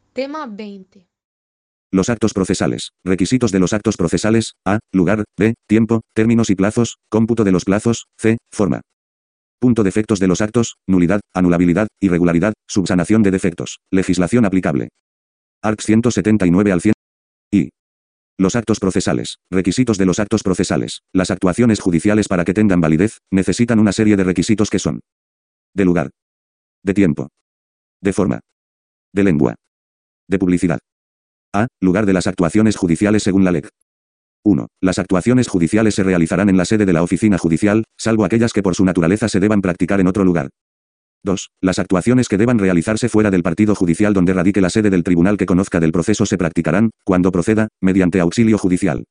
Tema 20. Los actos procesales. Requisitos de los actos procesales. A. Lugar. B. Tiempo, términos y plazos. Cómputo de los plazos. C. Forma. Punto. Defectos de los actos. Nulidad, anulabilidad, irregularidad, subsanación de defectos. Legislación aplicable. Arts 179 al 100. I. Los actos procesales. Requisitos de los actos procesales. Las actuaciones judiciales para que tengan validez, necesitan una serie de requisitos que son: de lugar, de tiempo, de forma, de lengua, de publicidad. A. Lugar de las actuaciones judiciales según la ley. 1. Las actuaciones judiciales se realizarán en la sede de la oficina judicial, salvo aquellas que por su naturaleza se deban practicar en otro lugar. 2. Las actuaciones que deban realizarse fuera del partido judicial donde radique la sede del tribunal que conozca del proceso se practicarán, cuando proceda, mediante auxilio judicial.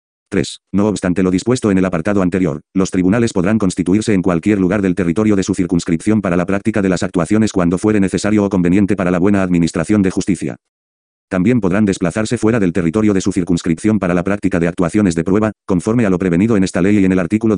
3. No obstante lo dispuesto en el apartado anterior, los tribunales podrán constituirse en cualquier lugar del territorio de su circunscripción para la práctica de las actuaciones cuando fuere necesario o conveniente para la buena administración de justicia. También podrán desplazarse fuera del territorio de su circunscripción para la práctica de actuaciones de prueba, conforme a lo prevenido en esta ley y en el artículo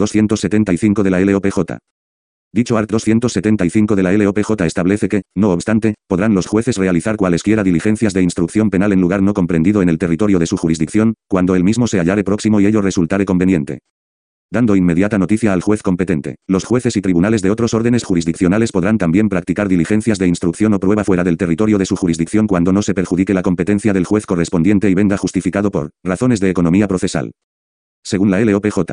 275 de la LOPJ. Dicho art. 275 de la LOPJ establece que, no obstante, podrán los jueces realizar cualesquiera diligencias de instrucción penal en lugar no comprendido en el territorio de su jurisdicción, cuando el mismo se hallare próximo y ello resultare conveniente, dando inmediata noticia al juez competente. Los jueces y tribunales de otros órdenes jurisdiccionales podrán también practicar diligencias de instrucción o prueba fuera del territorio de su jurisdicción cuando no se perjudique la competencia del juez correspondiente y venga justificado por razones de economía procesal. Según la LOPJ.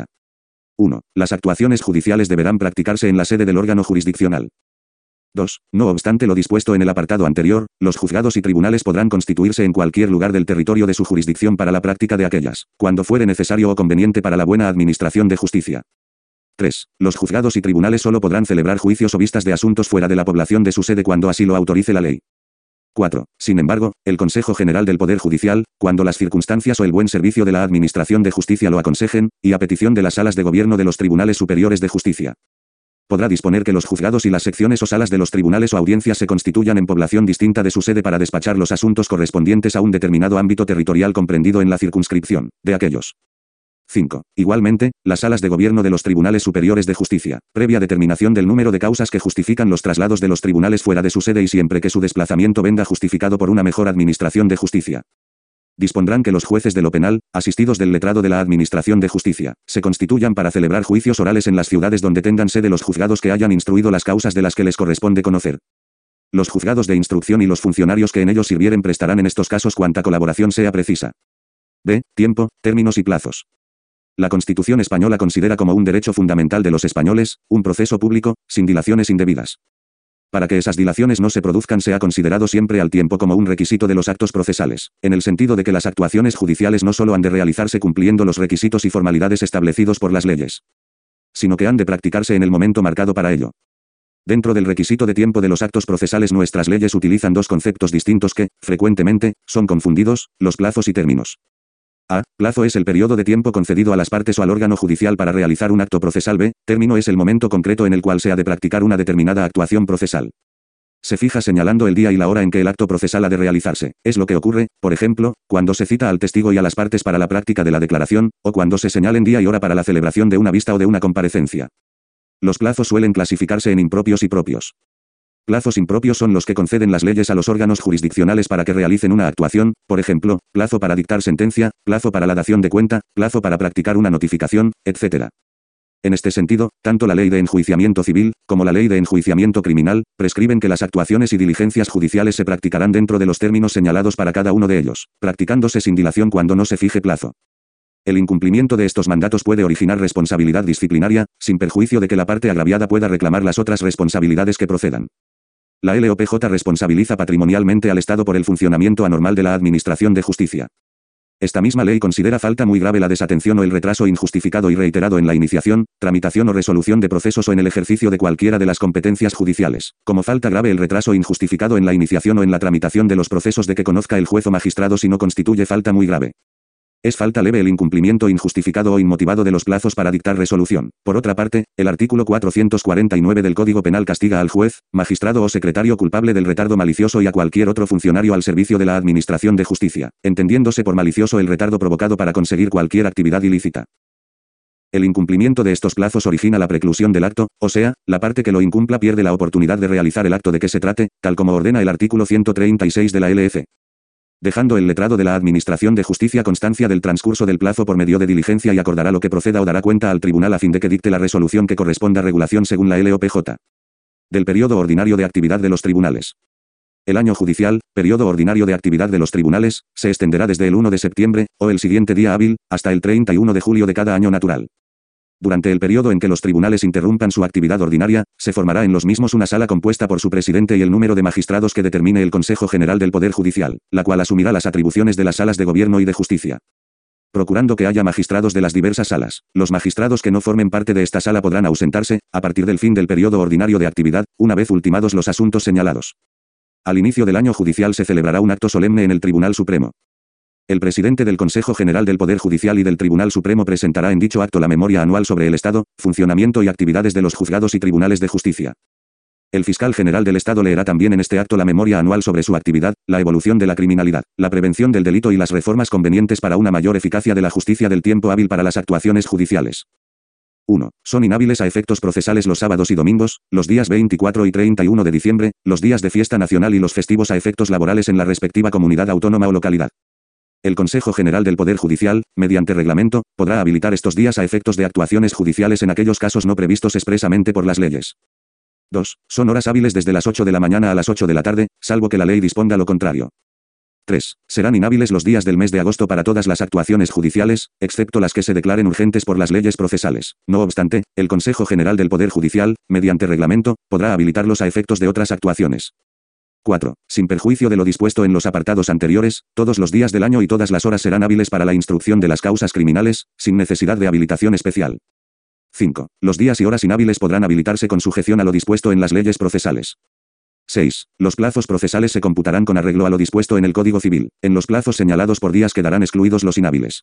1. Las actuaciones judiciales deberán practicarse en la sede del órgano jurisdiccional. 2. No obstante lo dispuesto en el apartado anterior, los juzgados y tribunales podrán constituirse en cualquier lugar del territorio de su jurisdicción para la práctica de aquellas, cuando fuere necesario o conveniente para la buena administración de justicia. 3. Los juzgados y tribunales solo podrán celebrar juicios o vistas de asuntos fuera de la población de su sede cuando así lo autorice la ley. 4. Sin embargo, el Consejo General del Poder Judicial, cuando las circunstancias o el buen servicio de la Administración de Justicia lo aconsejen, y a petición de las salas de gobierno de los Tribunales Superiores de Justicia, podrá disponer que los juzgados y las secciones o salas de los tribunales o audiencias se constituyan en población distinta de su sede para despachar los asuntos correspondientes a un determinado ámbito territorial comprendido en la circunscripción de aquellos. 5. Igualmente, las salas de gobierno de los Tribunales Superiores de Justicia, previa determinación del número de causas que justifican los traslados de los tribunales fuera de su sede y siempre que su desplazamiento venga justificado por una mejor administración de justicia, dispondrán que los jueces de lo penal, asistidos del letrado de la Administración de Justicia, se constituyan para celebrar juicios orales en las ciudades donde tengan sede los juzgados que hayan instruido las causas de las que les corresponde conocer. Los juzgados de instrucción y los funcionarios que en ellos sirvieren prestarán en estos casos cuanta colaboración sea precisa. B. Tiempo, términos y plazos. La Constitución española considera como un derecho fundamental de los españoles, un proceso público, sin dilaciones indebidas. Para que esas dilaciones no se produzcan se ha considerado siempre al tiempo como un requisito de los actos procesales, en el sentido de que las actuaciones judiciales no solo han de realizarse cumpliendo los requisitos y formalidades establecidos por las leyes, sino que han de practicarse en el momento marcado para ello. Dentro del requisito de tiempo de los actos procesales nuestras leyes utilizan dos conceptos distintos que, frecuentemente, son confundidos: los plazos y términos. A. Plazo es el periodo de tiempo concedido a las partes o al órgano judicial para realizar un acto procesal. B. Término es el momento concreto en el cual se ha de practicar una determinada actuación procesal. Se fija señalando el día y la hora en que el acto procesal ha de realizarse. Es lo que ocurre, por ejemplo, cuando se cita al testigo y a las partes para la práctica de la declaración, o cuando se señalen día y hora para la celebración de una vista o de una comparecencia. Los plazos suelen clasificarse en impropios y propios. Plazos impropios son los que conceden las leyes a los órganos jurisdiccionales para que realicen una actuación, por ejemplo, plazo para dictar sentencia, plazo para la dación de cuenta, plazo para practicar una notificación, etc. En este sentido, tanto la Ley de Enjuiciamiento Civil, como la Ley de Enjuiciamiento Criminal, prescriben que las actuaciones y diligencias judiciales se practicarán dentro de los términos señalados para cada uno de ellos, practicándose sin dilación cuando no se fije plazo. El incumplimiento de estos mandatos puede originar responsabilidad disciplinaria, sin perjuicio de que la parte agraviada pueda reclamar las otras responsabilidades que procedan. La LOPJ responsabiliza patrimonialmente al Estado por el funcionamiento anormal de la Administración de Justicia. Esta misma ley considera falta muy grave la desatención o el retraso injustificado y reiterado en la iniciación, tramitación o resolución de procesos o en el ejercicio de cualquiera de las competencias judiciales, como falta grave el retraso injustificado en la iniciación o en la tramitación de los procesos de que conozca el juez o magistrado si no constituye falta muy grave. Es falta leve el incumplimiento injustificado o inmotivado de los plazos para dictar resolución. Por otra parte, el artículo 449 del Código Penal castiga al juez, magistrado o secretario culpable del retardo malicioso y a cualquier otro funcionario al servicio de la Administración de Justicia, entendiéndose por malicioso el retardo provocado para conseguir cualquier actividad ilícita. El incumplimiento de estos plazos origina la preclusión del acto, o sea, la parte que lo incumpla pierde la oportunidad de realizar el acto de que se trate, tal como ordena el artículo 136 de la LF. dejando el letrado de la Administración de Justicia constancia del transcurso del plazo por medio de diligencia y acordará lo que proceda o dará cuenta al tribunal a fin de que dicte la resolución que corresponda a regulación según la LOPJ. Del periodo ordinario de actividad de los tribunales. El año judicial, periodo ordinario de actividad de los tribunales, se extenderá desde el 1 de septiembre, o el siguiente día hábil, hasta el 31 de julio de cada año natural. Durante el periodo en que los tribunales interrumpan su actividad ordinaria, se formará en los mismos una sala compuesta por su presidente y el número de magistrados que determine el Consejo General del Poder Judicial, la cual asumirá las atribuciones de las salas de gobierno y de justicia. Procurando que haya magistrados de las diversas salas, los magistrados que no formen parte de esta sala podrán ausentarse, a partir del fin del periodo ordinario de actividad, una vez ultimados los asuntos señalados. Al inicio del año judicial se celebrará un acto solemne en el Tribunal Supremo. El presidente del Consejo General del Poder Judicial y del Tribunal Supremo presentará en dicho acto la memoria anual sobre el estado, funcionamiento y actividades de los juzgados y tribunales de justicia. El fiscal general del Estado leerá también en este acto la memoria anual sobre su actividad, la evolución de la criminalidad, la prevención del delito y las reformas convenientes para una mayor eficacia de la justicia del tiempo hábil para las actuaciones judiciales. 1. Son inhábiles a efectos procesales los sábados y domingos, los días 24 y 31 de diciembre, los días de fiesta nacional y los festivos a efectos laborales en la respectiva comunidad autónoma o localidad. El Consejo General del Poder Judicial, mediante reglamento, podrá habilitar estos días a efectos de actuaciones judiciales en aquellos casos no previstos expresamente por las leyes. 2. Son horas hábiles desde las 8 de la mañana a las 8 de la tarde, salvo que la ley disponga lo contrario. 3. Serán inhábiles los días del mes de agosto para todas las actuaciones judiciales, excepto las que se declaren urgentes por las leyes procesales. No obstante, el Consejo General del Poder Judicial, mediante reglamento, podrá habilitarlos a efectos de otras actuaciones. 4. Sin perjuicio de lo dispuesto en los apartados anteriores, todos los días del año y todas las horas serán hábiles para la instrucción de las causas criminales, sin necesidad de habilitación especial. 5. Los días y horas inhábiles podrán habilitarse con sujeción a lo dispuesto en las leyes procesales. 6. Los plazos procesales se computarán con arreglo a lo dispuesto en el Código Civil. En los plazos señalados por días quedarán excluidos los inhábiles.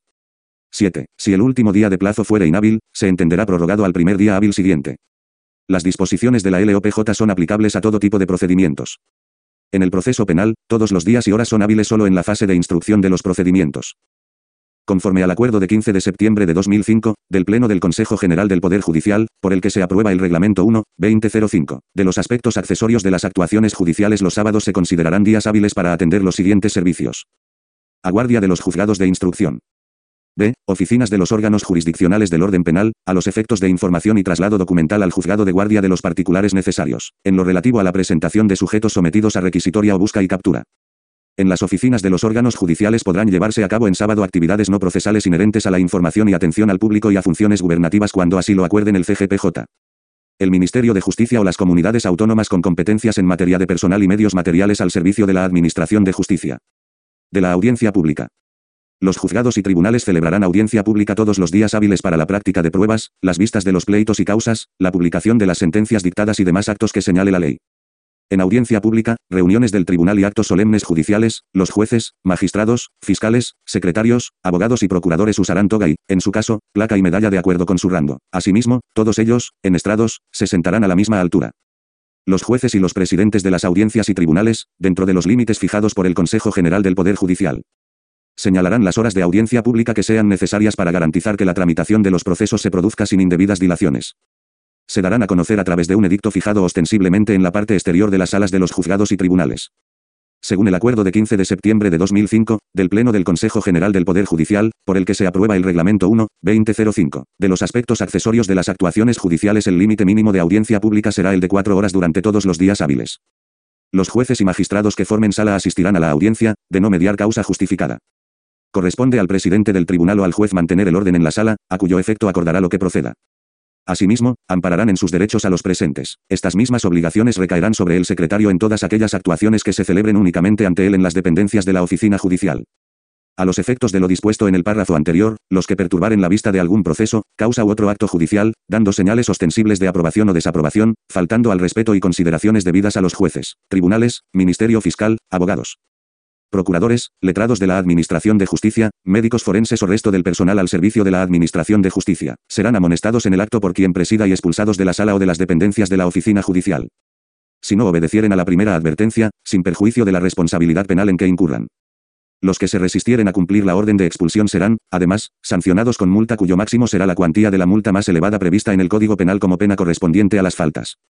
7. Si el último día de plazo fuere inhábil, se entenderá prorrogado al primer día hábil siguiente. Las disposiciones de la LOPJ son aplicables a todo tipo de procedimientos. En el proceso penal, todos los días y horas son hábiles solo en la fase de instrucción de los procedimientos. Conforme al acuerdo de 15 de septiembre de 2005, del Pleno del Consejo General del Poder Judicial, por el que se aprueba el Reglamento 1/2005, de los aspectos accesorios de las actuaciones judiciales los sábados se considerarán días hábiles para atender los siguientes servicios. A guardia de los juzgados de instrucción. B. Oficinas de los órganos jurisdiccionales del orden penal, a los efectos de información y traslado documental al juzgado de guardia de los particulares necesarios, en lo relativo a la presentación de sujetos sometidos a requisitoria o busca y captura. En las oficinas de los órganos judiciales podrán llevarse a cabo en sábado actividades no procesales inherentes a la información y atención al público y a funciones gubernativas cuando así lo acuerden el CGPJ. El Ministerio de Justicia o las comunidades autónomas con competencias en materia de personal y medios materiales al servicio de la Administración de Justicia. De la audiencia pública. Los juzgados y tribunales celebrarán audiencia pública todos los días hábiles para la práctica de pruebas, las vistas de los pleitos y causas, la publicación de las sentencias dictadas y demás actos que señale la ley. En audiencia pública, reuniones del tribunal y actos solemnes judiciales, los jueces, magistrados, fiscales, secretarios, abogados y procuradores usarán toga y, en su caso, placa y medalla de acuerdo con su rango. Asimismo, todos ellos, en estrados, se sentarán a la misma altura. Los jueces y los presidentes de las audiencias y tribunales, dentro de los límites fijados por el Consejo General del Poder Judicial, señalarán las horas de audiencia pública que sean necesarias para garantizar que la tramitación de los procesos se produzca sin indebidas dilaciones. Se darán a conocer a través de un edicto fijado ostensiblemente en la parte exterior de las salas de los juzgados y tribunales. Según el acuerdo de 15 de septiembre de 2005, del Pleno del Consejo General del Poder Judicial, por el que se aprueba el Reglamento 1/2005, de los aspectos accesorios de las actuaciones judiciales el límite mínimo de audiencia pública será el de 4 horas durante todos los días hábiles. Los jueces y magistrados que formen sala asistirán a la audiencia, de no mediar causa justificada. Corresponde al presidente del tribunal o al juez mantener el orden en la sala, a cuyo efecto acordará lo que proceda. Asimismo, ampararán en sus derechos a los presentes. Estas mismas obligaciones recaerán sobre el secretario en todas aquellas actuaciones que se celebren únicamente ante él en las dependencias de la oficina judicial. A los efectos de lo dispuesto en el párrafo anterior, los que perturbaren la vista de algún proceso, causa u otro acto judicial, dando señales ostensibles de aprobación o desaprobación, faltando al respeto y consideraciones debidas a los jueces, tribunales, ministerio fiscal, abogados, procuradores, letrados de la Administración de Justicia, médicos forenses o resto del personal al servicio de la Administración de Justicia, serán amonestados en el acto por quien presida y expulsados de la sala o de las dependencias de la oficina judicial. Si no obedecieren a la primera advertencia, sin perjuicio de la responsabilidad penal en que incurran. Los que se resistieren a cumplir la orden de expulsión serán, además, sancionados con multa cuyo máximo será la cuantía de la multa más elevada prevista en el Código Penal como pena correspondiente a las faltas.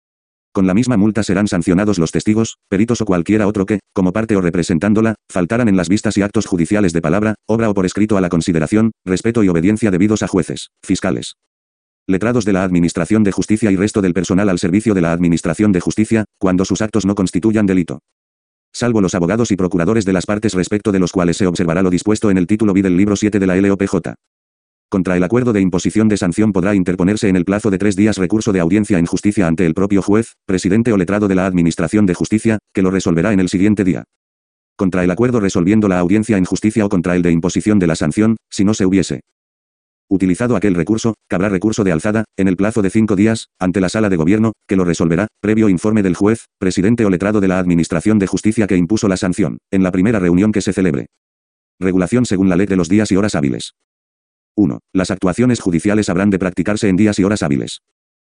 Con la misma multa serán sancionados los testigos, peritos o cualquiera otro que, como parte o representándola, faltaran en las vistas y actos judiciales de palabra, obra o por escrito a la consideración, respeto y obediencia debidos a jueces, fiscales, letrados de la Administración de Justicia y resto del personal al servicio de la Administración de Justicia, cuando sus actos no constituyan delito. Salvo los abogados y procuradores de las partes respecto de los cuales se observará lo dispuesto en el título B del libro 7 de la LOPJ. Contra el acuerdo de imposición de sanción podrá interponerse en el plazo de 3 días recurso de audiencia en justicia ante el propio juez, presidente o letrado de la Administración de Justicia, que lo resolverá en el siguiente día. Contra el acuerdo resolviendo la audiencia en justicia o contra el de imposición de la sanción, si no se hubiese utilizado aquel recurso, cabrá recurso de alzada, en el plazo de 5 días, ante la Sala de Gobierno, que lo resolverá, previo informe del juez, presidente o letrado de la Administración de Justicia que impuso la sanción, en la primera reunión que se celebre. Regulación según la ley de los días y horas hábiles. 1. Las actuaciones judiciales habrán de practicarse en días y horas hábiles.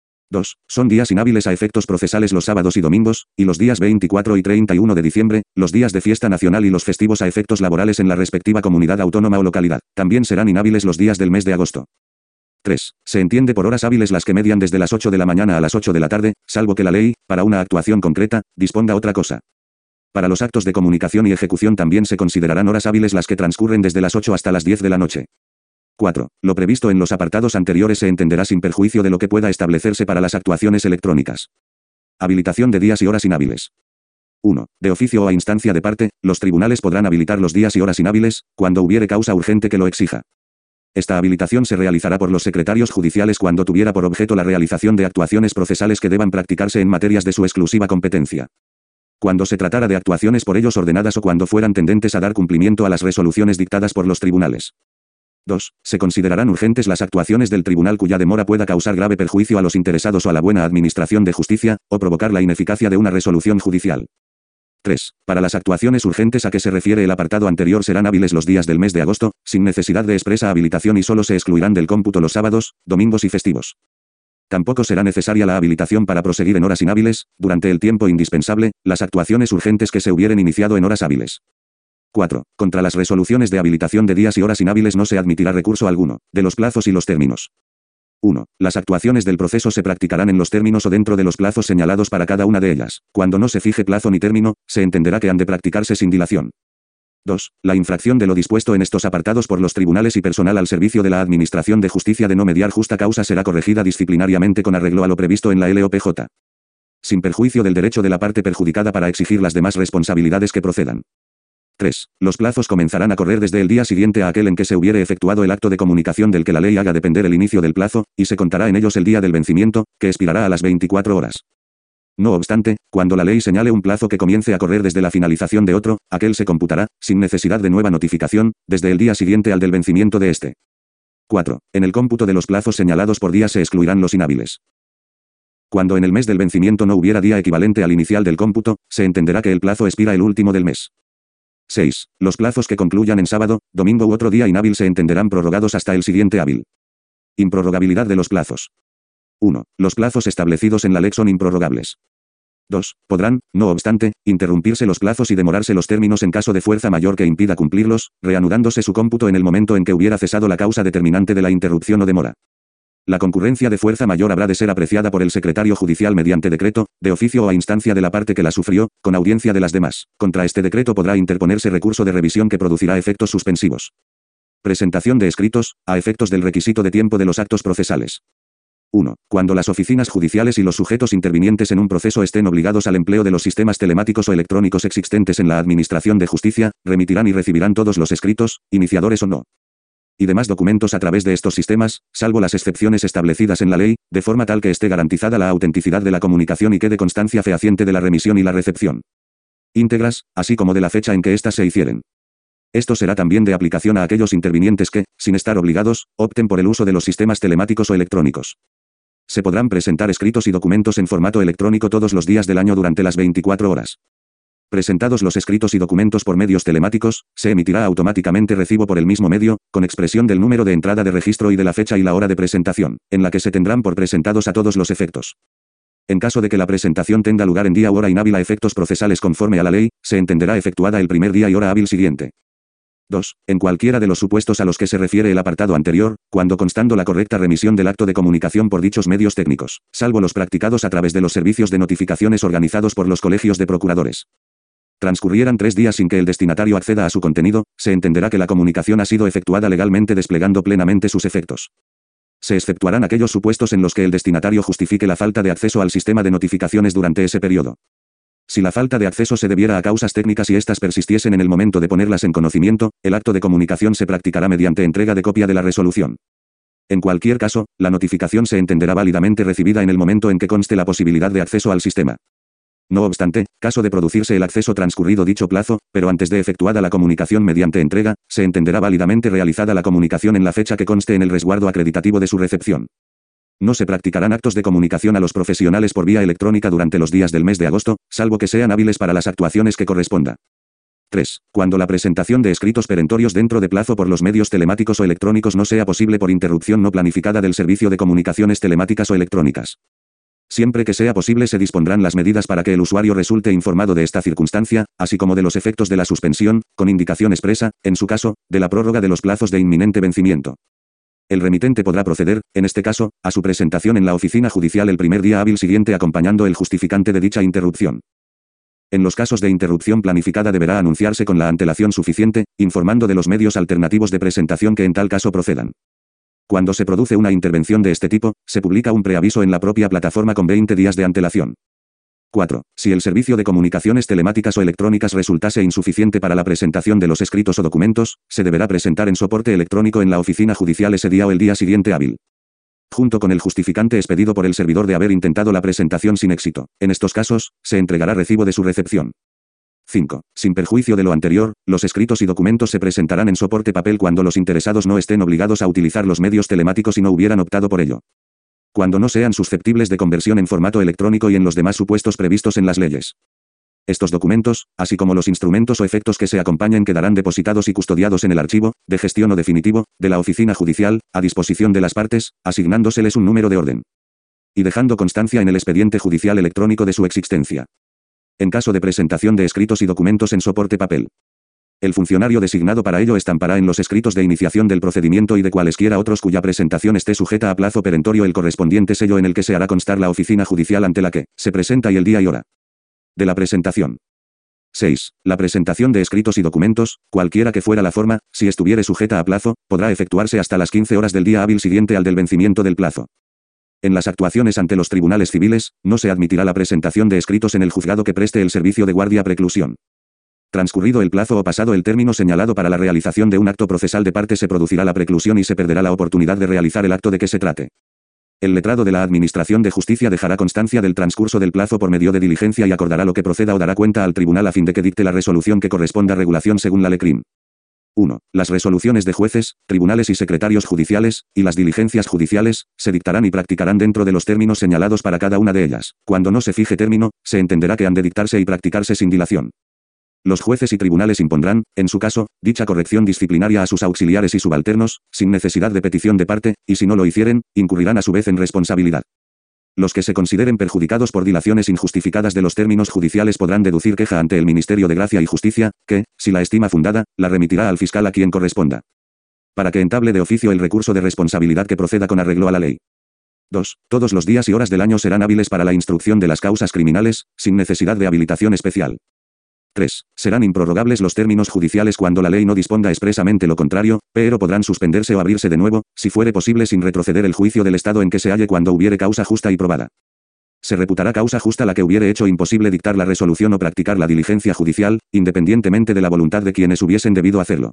2. Son días inhábiles a efectos procesales los sábados y domingos, y los días 24 y 31 de diciembre, los días de fiesta nacional y los festivos a efectos laborales en la respectiva comunidad autónoma o localidad. También serán inhábiles los días del mes de agosto. 3. Se entiende por horas hábiles las que median desde las 8 de la mañana a las 8 de la tarde, salvo que la ley, para una actuación concreta, disponga otra cosa. Para los actos de comunicación y ejecución también se considerarán horas hábiles las que transcurren desde las 8 hasta las 10 de la noche. 4. Lo previsto en los apartados anteriores se entenderá sin perjuicio de lo que pueda establecerse para las actuaciones electrónicas. Habilitación de días y horas inhábiles. 1. De oficio o a instancia de parte, los tribunales podrán habilitar los días y horas inhábiles, cuando hubiere causa urgente que lo exija. Esta habilitación se realizará por los secretarios judiciales cuando tuviera por objeto la realización de actuaciones procesales que deban practicarse en materias de su exclusiva competencia. Cuando se tratara de actuaciones por ellos ordenadas o cuando fueran tendentes a dar cumplimiento a las resoluciones dictadas por los tribunales. 2. Se considerarán urgentes las actuaciones del tribunal cuya demora pueda causar grave perjuicio a los interesados o a la buena administración de justicia, o provocar la ineficacia de una resolución judicial. 3. Para las actuaciones urgentes a que se refiere el apartado anterior serán hábiles los días del mes de agosto, sin necesidad de expresa habilitación y solo se excluirán del cómputo los sábados, domingos y festivos. Tampoco será necesaria la habilitación para proseguir en horas inhábiles, durante el tiempo indispensable, las actuaciones urgentes que se hubieren iniciado en horas hábiles. 4. Contra las resoluciones de habilitación de días y horas inhábiles no se admitirá recurso alguno, de los plazos y los términos. 1. Las actuaciones del proceso se practicarán en los términos o dentro de los plazos señalados para cada una de ellas. Cuando no se fije plazo ni término, se entenderá que han de practicarse sin dilación. 2. La infracción de lo dispuesto en estos apartados por los tribunales y personal al servicio de la Administración de Justicia de no mediar justa causa será corregida disciplinariamente con arreglo a lo previsto en la LOPJ. Sin perjuicio del derecho de la parte perjudicada para exigir las demás responsabilidades que procedan. 3. Los plazos comenzarán a correr desde el día siguiente a aquel en que se hubiere efectuado el acto de comunicación del que la ley haga depender el inicio del plazo, y se contará en ellos el día del vencimiento, que expirará a las 24 horas. No obstante, cuando la ley señale un plazo que comience a correr desde la finalización de otro, aquel se computará, sin necesidad de nueva notificación, desde el día siguiente al del vencimiento de este. 4. En el cómputo de los plazos señalados por día se excluirán los inhábiles. Cuando en el mes del vencimiento no hubiera día equivalente al inicial del cómputo, se entenderá que el plazo expira el último del mes. 6. Los plazos que concluyan en sábado, domingo u otro día inhábil se entenderán prorrogados hasta el siguiente hábil. Improrrogabilidad de los plazos. 1. Los plazos establecidos en la ley son improrrogables. 2. Podrán, no obstante, interrumpirse los plazos y demorarse los términos en caso de fuerza mayor que impida cumplirlos, reanudándose su cómputo en el momento en que hubiera cesado la causa determinante de la interrupción o demora. La concurrencia de fuerza mayor habrá de ser apreciada por el secretario judicial mediante decreto, de oficio o a instancia de la parte que la sufrió, con audiencia de las demás. Contra este decreto podrá interponerse recurso de revisión que producirá efectos suspensivos. Presentación de escritos, a efectos del requisito de tiempo de los actos procesales. 1. Cuando las oficinas judiciales y los sujetos intervinientes en un proceso estén obligados al empleo de los sistemas telemáticos o electrónicos existentes en la Administración de Justicia, remitirán y recibirán todos los escritos, iniciadores o no, y demás documentos a través de estos sistemas, salvo las excepciones establecidas en la ley, de forma tal que esté garantizada la autenticidad de la comunicación y quede constancia fehaciente de la remisión y la recepción íntegras, así como de la fecha en que éstas se hicieren. Esto será también de aplicación a aquellos intervinientes que, sin estar obligados, opten por el uso de los sistemas telemáticos o electrónicos. Se podrán presentar escritos y documentos en formato electrónico todos los días del año durante las 24 horas. Presentados los escritos y documentos por medios telemáticos, se emitirá automáticamente recibo por el mismo medio, con expresión del número de entrada de registro y de la fecha y la hora de presentación, en la que se tendrán por presentados a todos los efectos. En caso de que la presentación tenga lugar en día u hora inhábil a efectos procesales conforme a la ley, se entenderá efectuada el primer día y hora hábil siguiente. 2. En cualquiera de los supuestos a los que se refiere el apartado anterior, cuando constando la correcta remisión del acto de comunicación por dichos medios técnicos, salvo los practicados a través de los servicios de notificaciones organizados por los colegios de procuradores, transcurrieran 3 días sin que el destinatario acceda a su contenido, se entenderá que la comunicación ha sido efectuada legalmente desplegando plenamente sus efectos. Se exceptuarán aquellos supuestos en los que el destinatario justifique la falta de acceso al sistema de notificaciones durante ese periodo. Si la falta de acceso se debiera a causas técnicas y éstas persistiesen en el momento de ponerlas en conocimiento, el acto de comunicación se practicará mediante entrega de copia de la resolución. En cualquier caso, la notificación se entenderá válidamente recibida en el momento en que conste la posibilidad de acceso al sistema. No obstante, caso de producirse el acceso transcurrido dicho plazo, pero antes de efectuada la comunicación mediante entrega, se entenderá válidamente realizada la comunicación en la fecha que conste en el resguardo acreditativo de su recepción. No se practicarán actos de comunicación a los profesionales por vía electrónica durante los días del mes de agosto, salvo que sean hábiles para las actuaciones que corresponda. 3. Cuando la presentación de escritos perentorios dentro de plazo por los medios telemáticos o electrónicos no sea posible por interrupción no planificada del servicio de comunicaciones telemáticas o electrónicas. Siempre que sea posible se dispondrán las medidas para que el usuario resulte informado de esta circunstancia, así como de los efectos de la suspensión, con indicación expresa, en su caso, de la prórroga de los plazos de inminente vencimiento. El remitente podrá proceder, en este caso, a su presentación en la oficina judicial el primer día hábil siguiente acompañando el justificante de dicha interrupción. En los casos de interrupción planificada deberá anunciarse con la antelación suficiente, informando de los medios alternativos de presentación que en tal caso procedan. Cuando se produce una intervención de este tipo, se publica un preaviso en la propia plataforma con 20 días de antelación. 4. Si el servicio de comunicaciones telemáticas o electrónicas resultase insuficiente para la presentación de los escritos o documentos, se deberá presentar en soporte electrónico en la oficina judicial ese día o el día siguiente hábil, junto con el justificante expedido por el servidor de haber intentado la presentación sin éxito. En estos casos, se entregará recibo de su recepción. 5. Sin perjuicio de lo anterior, los escritos y documentos se presentarán en soporte papel cuando los interesados no estén obligados a utilizar los medios telemáticos y no hubieran optado por ello. Cuando no sean susceptibles de conversión en formato electrónico y en los demás supuestos previstos en las leyes. Estos documentos, así como los instrumentos o efectos que se acompañen quedarán depositados y custodiados en el archivo, de gestión o definitivo, de la oficina judicial, a disposición de las partes, asignándoseles un número de orden. Y dejando constancia en el expediente judicial electrónico de su existencia. En caso de presentación de escritos y documentos en soporte papel, el funcionario designado para ello estampará en los escritos de iniciación del procedimiento y de cualesquiera otros cuya presentación esté sujeta a plazo perentorio el correspondiente sello en el que se hará constar la oficina judicial ante la que se presenta y el día y hora de la presentación. 6. La presentación de escritos y documentos, cualquiera que fuera la forma, si estuviere sujeta a plazo, podrá efectuarse hasta las 15 horas del día hábil siguiente al del vencimiento del plazo. En las actuaciones ante los tribunales civiles, no se admitirá la presentación de escritos en el juzgado que preste el servicio de guardia preclusión. Transcurrido el plazo o pasado el término señalado para la realización de un acto procesal de parte se producirá la preclusión y se perderá la oportunidad de realizar el acto de que se trate. El letrado de la Administración de Justicia dejará constancia del transcurso del plazo por medio de diligencia y acordará lo que proceda o dará cuenta al tribunal a fin de que dicte la resolución que corresponda a regulación según la LECRIM. 1. Las resoluciones de jueces, tribunales y secretarios judiciales, y las diligencias judiciales, se dictarán y practicarán dentro de los términos señalados para cada una de ellas. Cuando no se fije término, se entenderá que han de dictarse y practicarse sin dilación. Los jueces y tribunales impondrán, en su caso, dicha corrección disciplinaria a sus auxiliares y subalternos, sin necesidad de petición de parte, y si no lo hicieren, incurrirán a su vez en responsabilidad. Los que se consideren perjudicados por dilaciones injustificadas de los términos judiciales podrán deducir queja ante el Ministerio de Gracia y Justicia, que, si la estima fundada, la remitirá al fiscal a quien corresponda, para que entable de oficio el recurso de responsabilidad que proceda con arreglo a la ley. 2. Todos los días y horas del año serán hábiles para la instrucción de las causas criminales, sin necesidad de habilitación especial. 3. Serán improrrogables los términos judiciales cuando la ley no disponga expresamente lo contrario, pero podrán suspenderse o abrirse de nuevo, si fuere posible sin retroceder el juicio del estado en que se halle cuando hubiere causa justa y probada. Se reputará causa justa la que hubiere hecho imposible dictar la resolución o practicar la diligencia judicial, independientemente de la voluntad de quienes hubiesen debido hacerlo.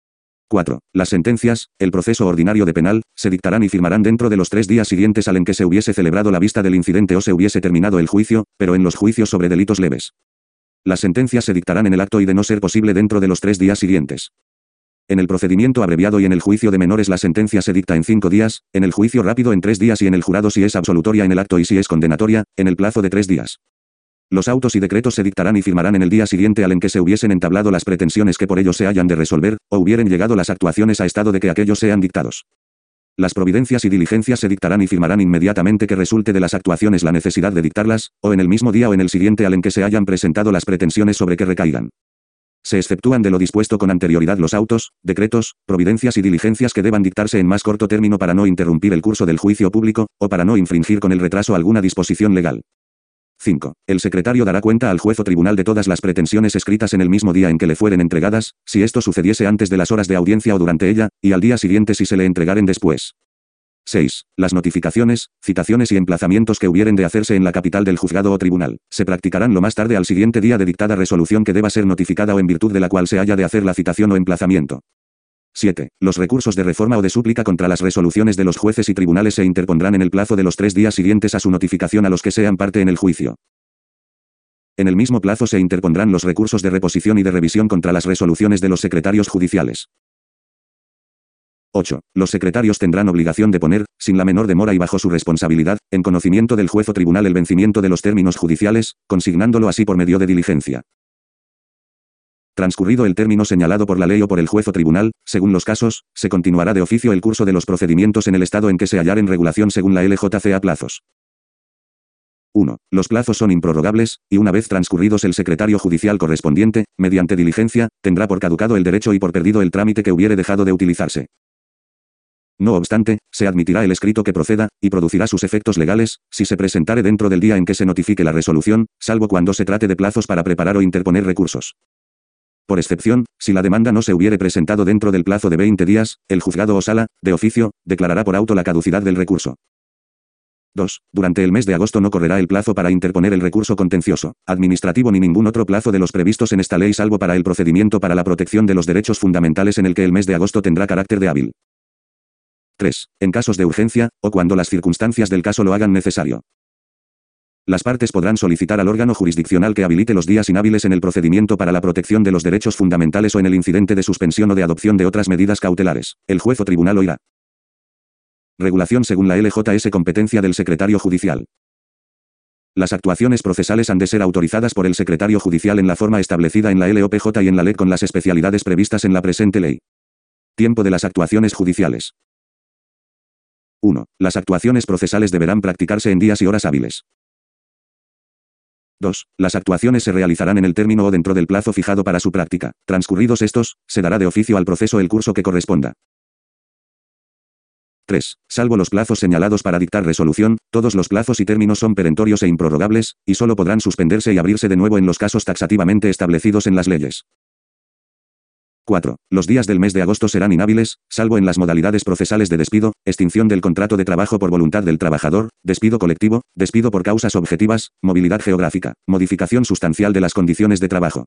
4. Las sentencias, el proceso ordinario de penal, se dictarán y firmarán dentro de los 3 días siguientes al en que se hubiese celebrado la vista del incidente o se hubiese terminado el juicio, pero en los juicios sobre delitos leves. Las sentencias se dictarán en el acto y de no ser posible dentro de los 3 días siguientes. En el procedimiento abreviado y en el juicio de menores la sentencia se dicta en 5 días, en el juicio rápido en 3 días y en el jurado si es absolutoria en el acto y si es condenatoria, en el plazo de 3 días. Los autos y decretos se dictarán y firmarán en el día siguiente al en que se hubiesen entablado las pretensiones que por ello se hayan de resolver, o hubieren llegado las actuaciones a estado de que aquellos sean dictados. Las providencias y diligencias se dictarán y firmarán inmediatamente que resulte de las actuaciones la necesidad de dictarlas, o en el mismo día o en el siguiente al en que se hayan presentado las pretensiones sobre que recaigan. Se exceptúan de lo dispuesto con anterioridad los autos, decretos, providencias y diligencias que deban dictarse en más corto término para no interrumpir el curso del juicio público, o para no infringir con el retraso alguna disposición legal. 5. El secretario dará cuenta al juez o tribunal de todas las pretensiones escritas en el mismo día en que le fueren entregadas, si esto sucediese antes de las horas de audiencia o durante ella, y al día siguiente si se le entregaren después. 6. Las notificaciones, citaciones y emplazamientos que hubieren de hacerse en la capital del juzgado o tribunal, se practicarán lo más tarde al siguiente día de dictada resolución que deba ser notificada o en virtud de la cual se haya de hacer la citación o emplazamiento. 7. Los recursos de reforma o de súplica contra las resoluciones de los jueces y tribunales se interpondrán en el plazo de los 3 días siguientes a su notificación a los que sean parte en el juicio. En el mismo plazo se interpondrán los recursos de reposición y de revisión contra las resoluciones de los secretarios judiciales. 8. Los secretarios tendrán obligación de poner, sin la menor demora y bajo su responsabilidad, en conocimiento del juez o tribunal el vencimiento de los términos judiciales, consignándolo así por medio de diligencia. Transcurrido el término señalado por la ley o por el juez o tribunal, según los casos, se continuará de oficio el curso de los procedimientos en el estado en que se hallar en regulación según la LJC a plazos. 1. Los plazos son improrrogables, y una vez transcurridos el secretario judicial correspondiente, mediante diligencia, tendrá por caducado el derecho y por perdido el trámite que hubiere dejado de utilizarse. No obstante, se admitirá el escrito que proceda, y producirá sus efectos legales, si se presentare dentro del día en que se notifique la resolución, salvo cuando se trate de plazos para preparar o interponer recursos. Por excepción, si la demanda no se hubiere presentado dentro del plazo de 20 días, el juzgado o sala, de oficio, declarará por auto la caducidad del recurso. 2. Durante el mes de agosto no correrá el plazo para interponer el recurso contencioso, administrativo ni ningún otro plazo de los previstos en esta ley salvo para el procedimiento para la protección de los derechos fundamentales en el que el mes de agosto tendrá carácter de hábil. 3. En casos de urgencia, o cuando las circunstancias del caso lo hagan necesario. Las partes podrán solicitar al órgano jurisdiccional que habilite los días inhábiles en el procedimiento para la protección de los derechos fundamentales o en el incidente de suspensión o de adopción de otras medidas cautelares. El juez o tribunal oirá. Regulación según la LJS competencia del secretario judicial. Las actuaciones procesales han de ser autorizadas por el secretario judicial en la forma establecida en la LOPJ y en la LEC con las especialidades previstas en la presente ley. Tiempo de las actuaciones judiciales. 1. Las actuaciones procesales deberán practicarse en días y horas hábiles. 2. Las actuaciones se realizarán en el término o dentro del plazo fijado para su práctica. Transcurridos estos, se dará de oficio al proceso el curso que corresponda. 3. Salvo los plazos señalados para dictar resolución, todos los plazos y términos son perentorios e improrrogables, y solo podrán suspenderse y abrirse de nuevo en los casos taxativamente establecidos en las leyes. 4. Los días del mes de agosto serán inhábiles, salvo en las modalidades procesales de despido, extinción del contrato de trabajo por voluntad del trabajador, despido colectivo, despido por causas objetivas, movilidad geográfica, modificación sustancial de las condiciones de trabajo.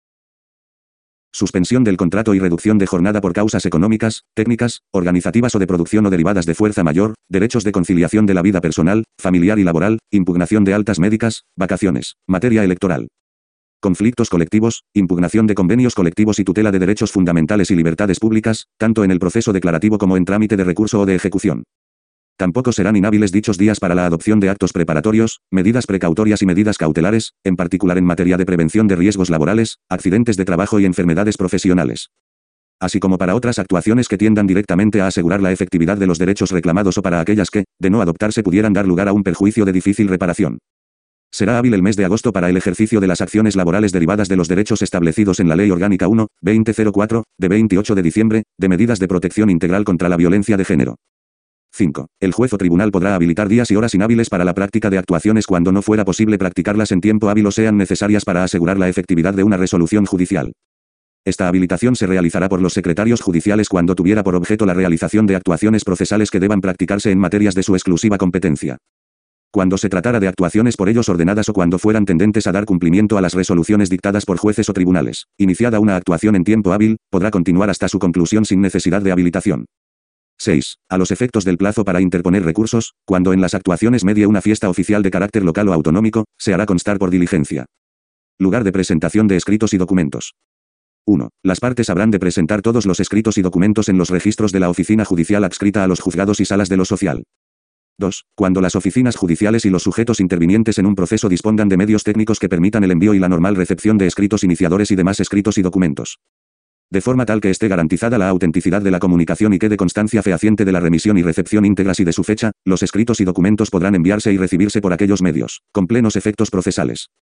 Suspensión del contrato y reducción de jornada por causas económicas, técnicas, organizativas o de producción o derivadas de fuerza mayor, derechos de conciliación de la vida personal, familiar y laboral, impugnación de altas médicas, vacaciones, materia electoral. Conflictos colectivos, impugnación de convenios colectivos y tutela de derechos fundamentales y libertades públicas, tanto en el proceso declarativo como en trámite de recurso o de ejecución. Tampoco serán inhábiles dichos días para la adopción de actos preparatorios, medidas precautorias y medidas cautelares, en particular en materia de prevención de riesgos laborales, accidentes de trabajo y enfermedades profesionales. Así como para otras actuaciones que tiendan directamente a asegurar la efectividad de los derechos reclamados o para aquellas que, de no adoptarse, pudieran dar lugar a un perjuicio de difícil reparación. Será hábil el mes de agosto para el ejercicio de las acciones laborales derivadas de los derechos establecidos en la Ley Orgánica 1-2004, de 28 de diciembre, de medidas de protección integral contra la violencia de género. 5. El juez o tribunal podrá habilitar días y horas inhábiles para la práctica de actuaciones cuando no fuera posible practicarlas en tiempo hábil o sean necesarias para asegurar la efectividad de una resolución judicial. Esta habilitación se realizará por los secretarios judiciales cuando tuviera por objeto la realización de actuaciones procesales que deban practicarse en materias de su exclusiva competencia. Cuando se tratara de actuaciones por ellos ordenadas o cuando fueran tendentes a dar cumplimiento a las resoluciones dictadas por jueces o tribunales, iniciada una actuación en tiempo hábil, podrá continuar hasta su conclusión sin necesidad de habilitación. 6. A los efectos del plazo para interponer recursos, cuando en las actuaciones medie una fiesta oficial de carácter local o autonómico, se hará constar por diligencia. Lugar de presentación de escritos y documentos. 1. Las partes habrán de presentar todos los escritos y documentos en los registros de la oficina judicial adscrita a los juzgados y salas de lo social. 2. Cuando las oficinas judiciales y los sujetos intervinientes en un proceso dispongan de medios técnicos que permitan el envío y la normal recepción de escritos iniciadores y demás escritos y documentos. De forma tal que esté garantizada la autenticidad de la comunicación y quede constancia fehaciente de la remisión y recepción íntegras y de su fecha, los escritos y documentos podrán enviarse y recibirse por aquellos medios, con plenos efectos procesales.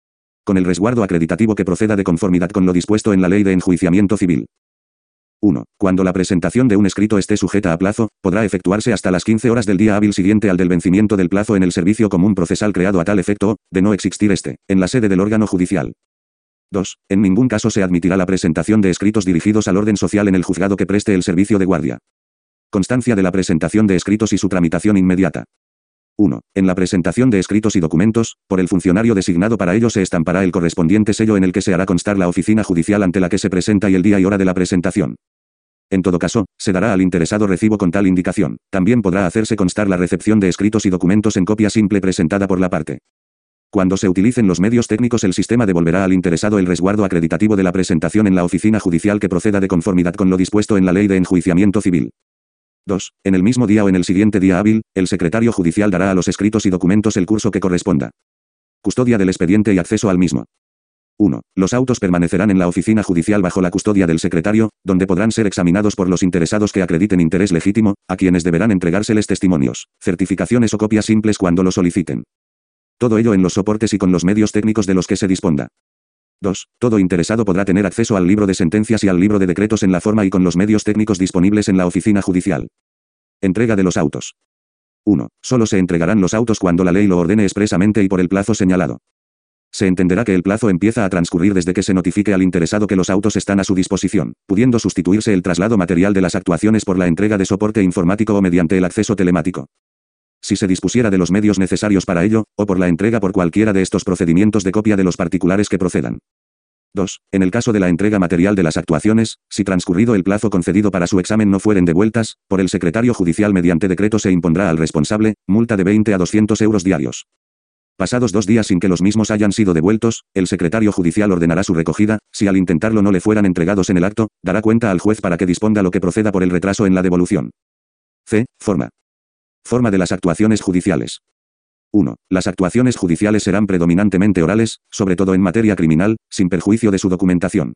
con el resguardo acreditativo que proceda de conformidad con lo dispuesto en la Ley de Enjuiciamiento Civil. 1. Cuando la presentación de un escrito esté sujeta a plazo, podrá efectuarse hasta las 15 horas del día hábil siguiente al del vencimiento del plazo en el servicio común procesal creado a tal efecto o, de no existir este, en la sede del órgano judicial. 2. En ningún caso se admitirá la presentación de escritos dirigidos al orden social en el juzgado que preste el servicio de guardia. Constancia de la presentación de escritos y su tramitación inmediata. 1. En la presentación de escritos y documentos, por el funcionario designado para ello se estampará el correspondiente sello en el que se hará constar la oficina judicial ante la que se presenta y el día y hora de la presentación. En todo caso, se dará al interesado recibo con tal indicación. También podrá hacerse constar la recepción de escritos y documentos en copia simple presentada por la parte. Cuando se utilicen los medios técnicos, el sistema devolverá al interesado el resguardo acreditativo de la presentación en la oficina judicial que proceda de conformidad con lo dispuesto en la Ley de Enjuiciamiento Civil. 2. En el mismo día o en el siguiente día hábil, el secretario judicial dará a los escritos y documentos el curso que corresponda. Custodia del expediente y acceso al mismo. 1. Los autos permanecerán en la oficina judicial bajo la custodia del secretario, donde podrán ser examinados por los interesados que acrediten interés legítimo, a quienes deberán entregárseles testimonios, certificaciones o copias simples cuando lo soliciten. Todo ello en los soportes y con los medios técnicos de los que se disponga. 2. Todo interesado podrá tener acceso al libro de sentencias y al libro de decretos en la forma y con los medios técnicos disponibles en la oficina judicial. Entrega de los autos. 1. Solo se entregarán los autos cuando la ley lo ordene expresamente y por el plazo señalado. Se entenderá que el plazo empieza a transcurrir desde que se notifique al interesado que los autos están a su disposición, pudiendo sustituirse el traslado material de las actuaciones por la entrega de soporte informático o mediante el acceso telemático. Si se dispusiera de los medios necesarios para ello, o por la entrega por cualquiera de estos procedimientos de copia de los particulares que procedan. 2. En el caso de la entrega material de las actuaciones, si transcurrido el plazo concedido para su examen no fueren devueltas, por el secretario judicial mediante decreto se impondrá al responsable, multa de 20 a 200 euros diarios. Pasados 2 días sin que los mismos hayan sido devueltos, el secretario judicial ordenará su recogida. Si al intentarlo no le fueran entregados en el acto, dará cuenta al juez para que disponga lo que proceda por el retraso en la devolución. C. Forma. Forma de las actuaciones judiciales. 1. Las actuaciones judiciales serán predominantemente orales, sobre todo en materia criminal, sin perjuicio de su documentación.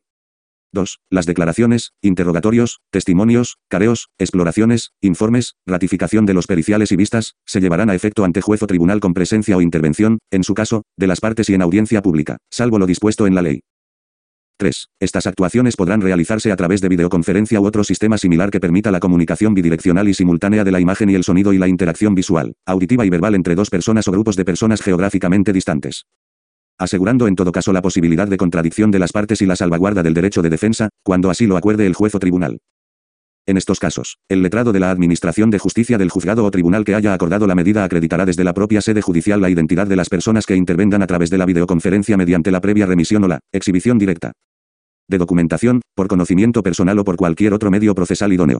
2. Las declaraciones, interrogatorios, testimonios, careos, exploraciones, informes, ratificación de los periciales y vistas, se llevarán a efecto ante juez o tribunal con presencia o intervención, en su caso, de las partes y en audiencia pública, salvo lo dispuesto en la ley. 3. Estas actuaciones podrán realizarse a través de videoconferencia u otro sistema similar que permita la comunicación bidireccional y simultánea de la imagen y el sonido y la interacción visual, auditiva y verbal entre dos personas o grupos de personas geográficamente distantes, asegurando en todo caso la posibilidad de contradicción de las partes y la salvaguarda del derecho de defensa, cuando así lo acuerde el juez o tribunal. En estos casos, el letrado de la Administración de Justicia del juzgado o tribunal que haya acordado la medida acreditará desde la propia sede judicial la identidad de las personas que intervengan a través de la videoconferencia mediante la previa remisión o la exhibición directa de documentación, por conocimiento personal o por cualquier otro medio procesal idóneo.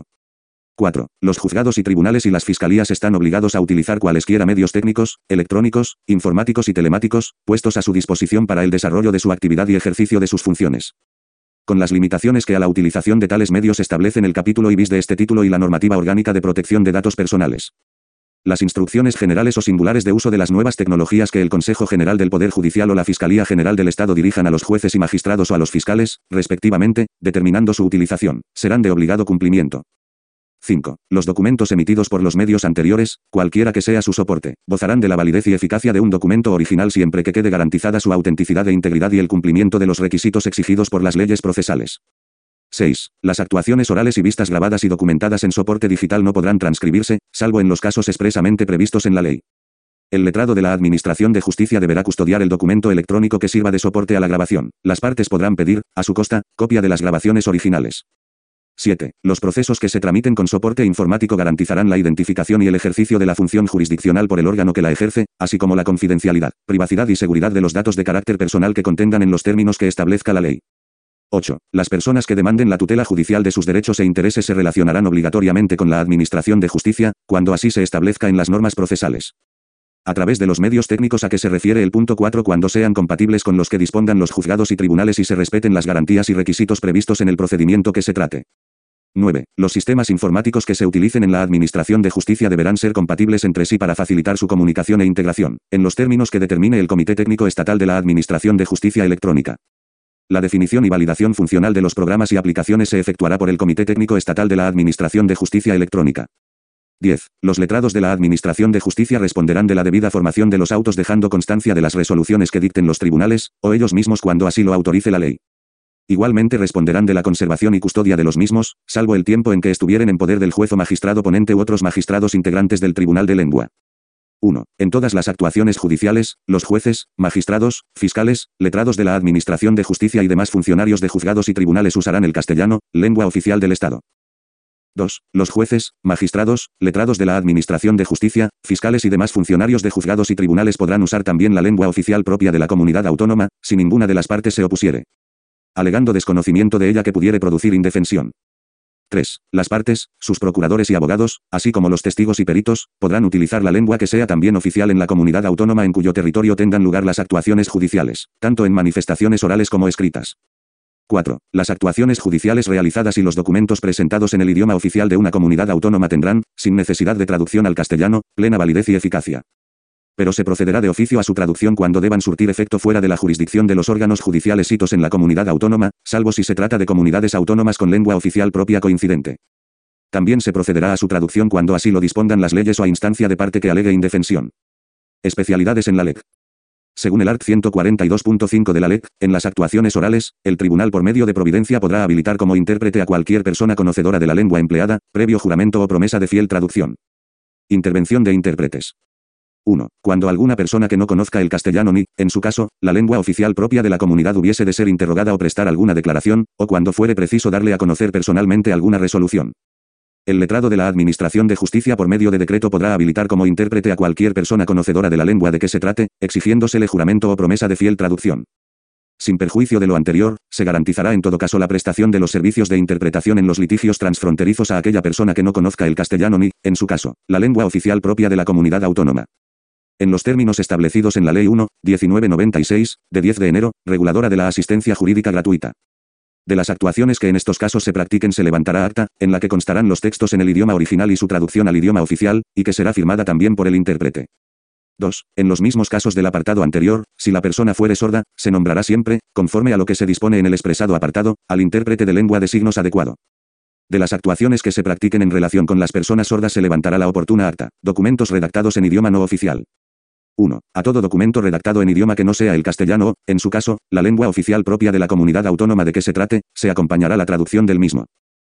4. Los juzgados y tribunales y las fiscalías están obligados a utilizar cualesquiera medios técnicos, electrónicos, informáticos y telemáticos, puestos a su disposición para el desarrollo de su actividad y ejercicio de sus funciones, con las limitaciones que a la utilización de tales medios establecen el capítulo I bis de este título y la normativa orgánica de protección de datos personales. Las instrucciones generales o singulares de uso de las nuevas tecnologías que el Consejo General del Poder Judicial o la Fiscalía General del Estado dirijan a los jueces y magistrados o a los fiscales, respectivamente, determinando su utilización, serán de obligado cumplimiento. 5. Los documentos emitidos por los medios anteriores, cualquiera que sea su soporte, gozarán de la validez y eficacia de un documento original siempre que quede garantizada su autenticidad e integridad y el cumplimiento de los requisitos exigidos por las leyes procesales. 6. Las actuaciones orales y vistas grabadas y documentadas en soporte digital no podrán transcribirse, salvo en los casos expresamente previstos en la ley. El letrado de la Administración de Justicia deberá custodiar el documento electrónico que sirva de soporte a la grabación. Las partes podrán pedir, a su costa, copia de las grabaciones originales. 7. Los procesos que se tramiten con soporte informático garantizarán la identificación y el ejercicio de la función jurisdiccional por el órgano que la ejerce, así como la confidencialidad, privacidad y seguridad de los datos de carácter personal que contengan en los términos que establezca la ley. 8. Las personas que demanden la tutela judicial de sus derechos e intereses se relacionarán obligatoriamente con la Administración de Justicia, cuando así se establezca en las normas procesales, a través de los medios técnicos a que se refiere el punto 4 cuando sean compatibles con los que dispongan los juzgados y tribunales y se respeten las garantías y requisitos previstos en el procedimiento que se trate. 9. Los sistemas informáticos que se utilicen en la Administración de Justicia deberán ser compatibles entre sí para facilitar su comunicación e integración, en los términos que determine el Comité Técnico Estatal de la Administración de Justicia Electrónica. La definición y validación funcional de los programas y aplicaciones se efectuará por el Comité Técnico Estatal de la Administración de Justicia Electrónica. 10. Los letrados de la Administración de Justicia responderán de la debida formación de los autos dejando constancia de las resoluciones que dicten los tribunales, o ellos mismos cuando así lo autorice la ley. Igualmente responderán de la conservación y custodia de los mismos, salvo el tiempo en que estuvieren en poder del juez o magistrado ponente u otros magistrados integrantes del Tribunal de Lengua. 1. En todas las actuaciones judiciales, los jueces, magistrados, fiscales, letrados de la Administración de Justicia y demás funcionarios de juzgados y tribunales usarán el castellano, lengua oficial del Estado. 2. Los jueces, magistrados, letrados de la Administración de Justicia, fiscales y demás funcionarios de juzgados y tribunales podrán usar también la lengua oficial propia de la comunidad autónoma, si ninguna de las partes se opusiere, alegando desconocimiento de ella que pudiere producir indefensión. 3. Las partes, sus procuradores y abogados, así como los testigos y peritos, podrán utilizar la lengua que sea también oficial en la comunidad autónoma en cuyo territorio tengan lugar las actuaciones judiciales, tanto en manifestaciones orales como escritas. 4. Las actuaciones judiciales realizadas y los documentos presentados en el idioma oficial de una comunidad autónoma tendrán, sin necesidad de traducción al castellano, plena validez y eficacia. Pero se procederá de oficio a su traducción cuando deban surtir efecto fuera de la jurisdicción de los órganos judiciales sitos en la comunidad autónoma, salvo si se trata de comunidades autónomas con lengua oficial propia coincidente. También se procederá a su traducción cuando así lo dispongan las leyes o a instancia de parte que alegue indefensión. Especialidades en la LEC. Según el art. 142.5 de la LEC, en las actuaciones orales, el tribunal por medio de providencia podrá habilitar como intérprete a cualquier persona conocedora de la lengua empleada, previo juramento o promesa de fiel traducción. Intervención de intérpretes. 1. Cuando alguna persona que no conozca el castellano ni, en su caso, la lengua oficial propia de la comunidad hubiese de ser interrogada o prestar alguna declaración, o cuando fuere preciso darle a conocer personalmente alguna resolución. El letrado de la Administración de Justicia por medio de decreto podrá habilitar como intérprete a cualquier persona conocedora de la lengua de que se trate, exigiéndosele juramento o promesa de fiel traducción. Sin perjuicio de lo anterior, se garantizará en todo caso la prestación de los servicios de interpretación en los litigios transfronterizos a aquella persona que no conozca el castellano ni, en su caso, la lengua oficial propia de la comunidad autónoma. En los términos establecidos en la Ley 1/1996, de 10 de enero, reguladora de la asistencia jurídica gratuita. De las actuaciones que en estos casos se practiquen se levantará acta, en la que constarán los textos en el idioma original y su traducción al idioma oficial, y que será firmada también por el intérprete. 2. En los mismos casos del apartado anterior, si la persona fuere sorda, se nombrará siempre, conforme a lo que se dispone en el expresado apartado, al intérprete de lengua de signos adecuado. De las actuaciones que se practiquen en relación con las personas sordas se levantará la oportuna acta. Documentos redactados en idioma no oficial. 1. A todo documento redactado en idioma que no sea el castellano o, en su caso, la lengua oficial propia de la comunidad autónoma de que se trate, se acompañará la traducción del mismo.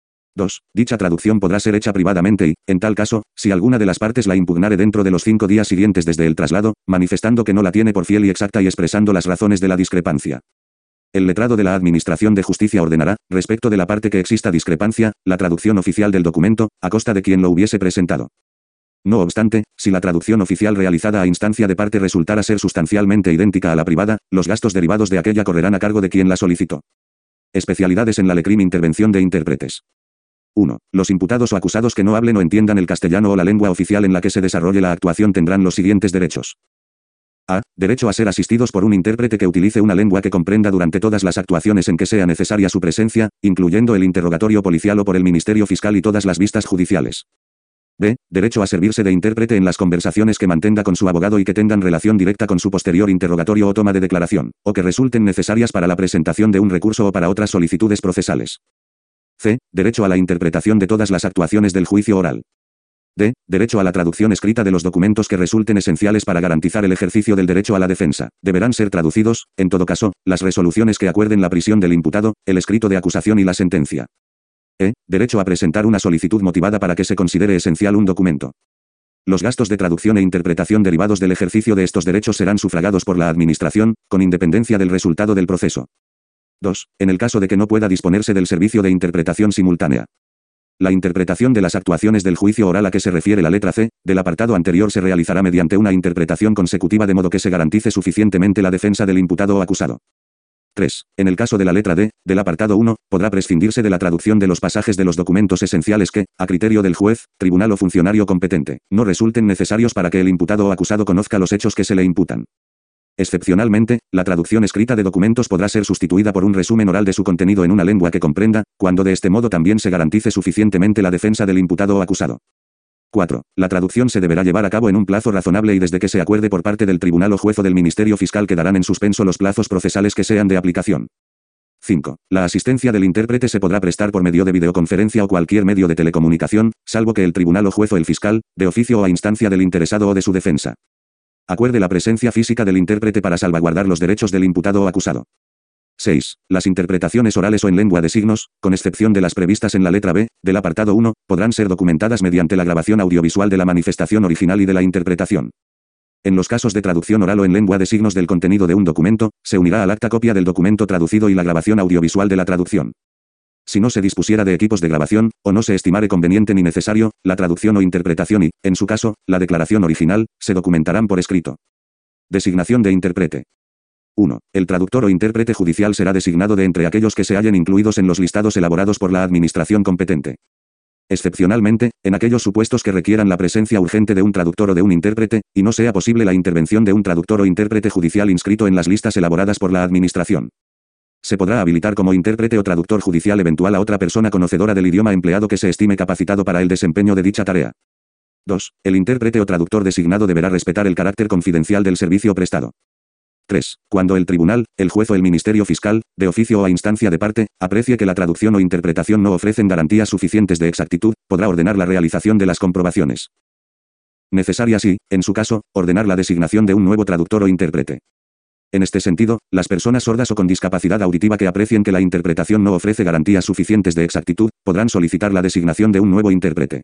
2. Dicha traducción podrá ser hecha privadamente y, en tal caso, si alguna de las partes la impugnare dentro de los 5 días siguientes desde el traslado, manifestando que no la tiene por fiel y exacta y expresando las razones de la discrepancia. El letrado de la Administración de Justicia ordenará, respecto de la parte que exista discrepancia, la traducción oficial del documento, a costa de quien lo hubiese presentado. No obstante, si la traducción oficial realizada a instancia de parte resultara ser sustancialmente idéntica a la privada, los gastos derivados de aquella correrán a cargo de quien la solicitó. Especialidades en la LECRIM. Intervención de intérpretes. 1. Los imputados o acusados que no hablen o entiendan el castellano o la lengua oficial en la que se desarrolle la actuación tendrán los siguientes derechos. A. Derecho a ser asistidos por un intérprete que utilice una lengua que comprenda durante todas las actuaciones en que sea necesaria su presencia, incluyendo el interrogatorio policial o por el Ministerio Fiscal y todas las vistas judiciales. B. Derecho a servirse de intérprete en las conversaciones que mantenga con su abogado y que tengan relación directa con su posterior interrogatorio o toma de declaración, o que resulten necesarias para la presentación de un recurso o para otras solicitudes procesales. C. Derecho a la interpretación de todas las actuaciones del juicio oral. D. Derecho a la traducción escrita de los documentos que resulten esenciales para garantizar el ejercicio del derecho a la defensa. Deberán ser traducidos, en todo caso, las resoluciones que acuerden la prisión del imputado, el escrito de acusación y la sentencia. E. Derecho a presentar una solicitud motivada para que se considere esencial un documento. Los gastos de traducción e interpretación derivados del ejercicio de estos derechos serán sufragados por la Administración, con independencia del resultado del proceso. 2. En el caso de que no pueda disponerse del servicio de interpretación simultánea. La interpretación de las actuaciones del juicio oral a que se refiere la letra C, del apartado anterior se realizará mediante una interpretación consecutiva de modo que se garantice suficientemente la defensa del imputado o acusado. 3. En el caso de la letra D, del apartado 1, podrá prescindirse de la traducción de los pasajes de los documentos esenciales que, a criterio del juez, tribunal o funcionario competente, no resulten necesarios para que el imputado o acusado conozca los hechos que se le imputan. Excepcionalmente, la traducción escrita de documentos podrá ser sustituida por un resumen oral de su contenido en una lengua que comprenda, cuando de este modo también se garantice suficientemente la defensa del imputado o acusado. 4. La traducción se deberá llevar a cabo en un plazo razonable y desde que se acuerde por parte del tribunal o juez o del Ministerio Fiscal quedarán en suspenso los plazos procesales que sean de aplicación. 5. La asistencia del intérprete se podrá prestar por medio de videoconferencia o cualquier medio de telecomunicación, salvo que el tribunal o juez o el fiscal, de oficio o a instancia del interesado o de su defensa, acuerde la presencia física del intérprete para salvaguardar los derechos del imputado o acusado. 6. Las interpretaciones orales o en lengua de signos, con excepción de las previstas en la letra B, del apartado 1, podrán ser documentadas mediante la grabación audiovisual de la manifestación original y de la interpretación. En los casos de traducción oral o en lengua de signos del contenido de un documento, se unirá al acta copia del documento traducido y la grabación audiovisual de la traducción. Si no se dispusiera de equipos de grabación, o no se estimare conveniente ni necesario, la traducción o interpretación y, en su caso, la declaración original, se documentarán por escrito. Designación de intérprete. 1. El traductor o intérprete judicial será designado de entre aquellos que se hallen incluidos en los listados elaborados por la administración competente. Excepcionalmente, en aquellos supuestos que requieran la presencia urgente de un traductor o de un intérprete, y no sea posible la intervención de un traductor o intérprete judicial inscrito en las listas elaboradas por la Administración, se podrá habilitar como intérprete o traductor judicial eventual a otra persona conocedora del idioma empleado que se estime capacitado para el desempeño de dicha tarea. 2. El intérprete o traductor designado deberá respetar el carácter confidencial del servicio prestado. 3. Cuando el tribunal, el juez o el ministerio fiscal, de oficio o a instancia de parte, aprecie que la traducción o interpretación no ofrecen garantías suficientes de exactitud, podrá ordenar la realización de las comprobaciones necesarias y, en su caso, ordenar la designación de un nuevo traductor o intérprete. En este sentido, las personas sordas o con discapacidad auditiva que aprecien que la interpretación no ofrece garantías suficientes de exactitud, podrán solicitar la designación de un nuevo intérprete.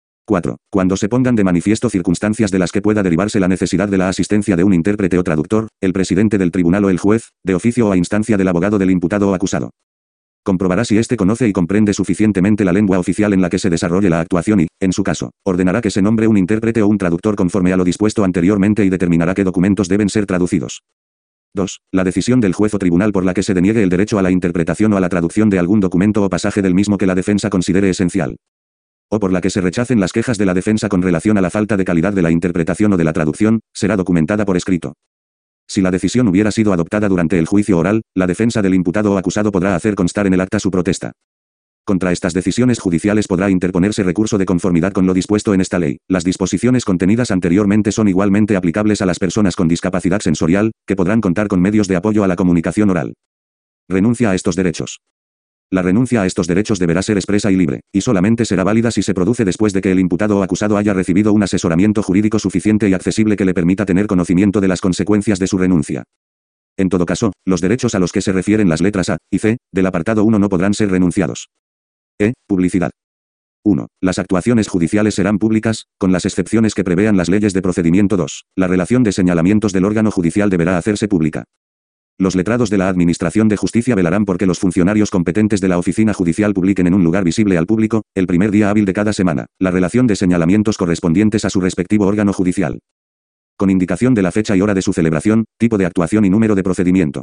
4. Cuando se pongan de manifiesto circunstancias de las que pueda derivarse la necesidad de la asistencia de un intérprete o traductor, el presidente del tribunal o el juez, de oficio o a instancia del abogado del imputado o acusado, comprobará si éste conoce y comprende suficientemente la lengua oficial en la que se desarrolle la actuación y, en su caso, ordenará que se nombre un intérprete o un traductor conforme a lo dispuesto anteriormente y determinará qué documentos deben ser traducidos. 2. La decisión del juez o tribunal por la que se deniegue el derecho a la interpretación o a la traducción de algún documento o pasaje del mismo que la defensa considere esencial, o por la que se rechacen las quejas de la defensa con relación a la falta de calidad de la interpretación o de la traducción, será documentada por escrito. Si la decisión hubiera sido adoptada durante el juicio oral, la defensa del imputado o acusado podrá hacer constar en el acta su protesta. Contra estas decisiones judiciales podrá interponerse recurso de conformidad con lo dispuesto en esta ley. Las disposiciones contenidas anteriormente son igualmente aplicables a las personas con discapacidad sensorial, que podrán contar con medios de apoyo a la comunicación oral. Renuncia a estos derechos. La renuncia a estos derechos deberá ser expresa y libre, y solamente será válida si se produce después de que el imputado o acusado haya recibido un asesoramiento jurídico suficiente y accesible que le permita tener conocimiento de las consecuencias de su renuncia. En todo caso, los derechos a los que se refieren las letras A y C del apartado 1 no podrán ser renunciados. Publicidad. 1. Las actuaciones judiciales serán públicas, con las excepciones que prevean las leyes de procedimiento. 2. La relación de señalamientos del órgano judicial deberá hacerse pública. Los letrados de la Administración de Justicia velarán porque los funcionarios competentes de la oficina judicial publiquen en un lugar visible al público, el primer día hábil de cada semana, la relación de señalamientos correspondientes a su respectivo órgano judicial, con indicación de la fecha y hora de su celebración, tipo de actuación y número de procedimiento.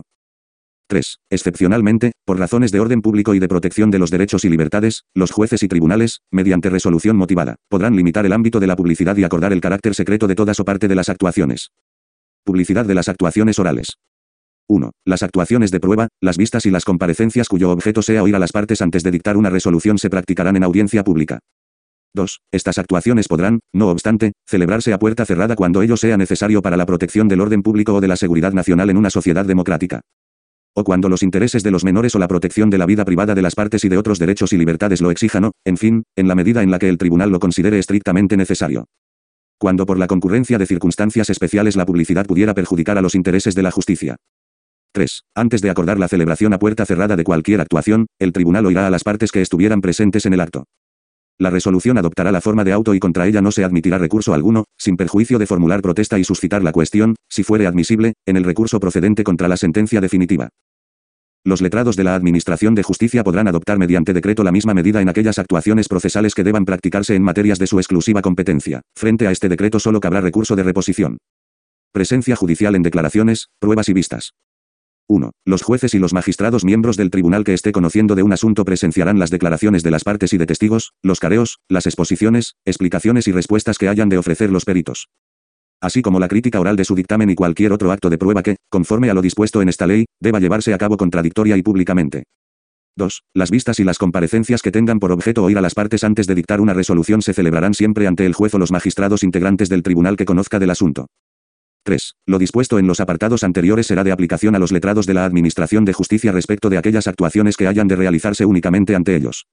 3. Excepcionalmente, por razones de orden público y de protección de los derechos y libertades, los jueces y tribunales, mediante resolución motivada, podrán limitar el ámbito de la publicidad y acordar el carácter secreto de todas o parte de las actuaciones. Publicidad de las actuaciones orales. 1. Las actuaciones de prueba, las vistas y las comparecencias cuyo objeto sea oír a las partes antes de dictar una resolución se practicarán en audiencia pública. 2. Estas actuaciones podrán, no obstante, celebrarse a puerta cerrada cuando ello sea necesario para la protección del orden público o de la seguridad nacional en una sociedad democrática, o cuando los intereses de los menores o la protección de la vida privada de las partes y de otros derechos y libertades lo exijan o, en fin, en la medida en la que el tribunal lo considere estrictamente necesario. Cuando por la concurrencia de circunstancias especiales la publicidad pudiera perjudicar a los intereses de la justicia. 3. Antes de acordar la celebración a puerta cerrada de cualquier actuación, el tribunal oirá a las partes que estuvieran presentes en el acto. La resolución adoptará la forma de auto y contra ella no se admitirá recurso alguno, sin perjuicio de formular protesta y suscitar la cuestión, si fuere admisible, en el recurso procedente contra la sentencia definitiva. Los letrados de la Administración de Justicia podrán adoptar mediante decreto la misma medida en aquellas actuaciones procesales que deban practicarse en materias de su exclusiva competencia. Frente a este decreto solo cabrá recurso de reposición. Presencia judicial en declaraciones, pruebas y vistas. 1. Los jueces y los magistrados miembros del tribunal que esté conociendo de un asunto presenciarán las declaraciones de las partes y de testigos, los careos, las exposiciones, explicaciones y respuestas que hayan de ofrecer los peritos, así como la crítica oral de su dictamen y cualquier otro acto de prueba que, conforme a lo dispuesto en esta ley, deba llevarse a cabo contradictoria y públicamente. 2. Las vistas y las comparecencias que tengan por objeto oír a las partes antes de dictar una resolución se celebrarán siempre ante el juez o los magistrados integrantes del tribunal que conozca del asunto. 3. Lo dispuesto en los apartados anteriores será de aplicación a los letrados de la Administración de Justicia respecto de aquellas actuaciones que hayan de realizarse únicamente ante ellos.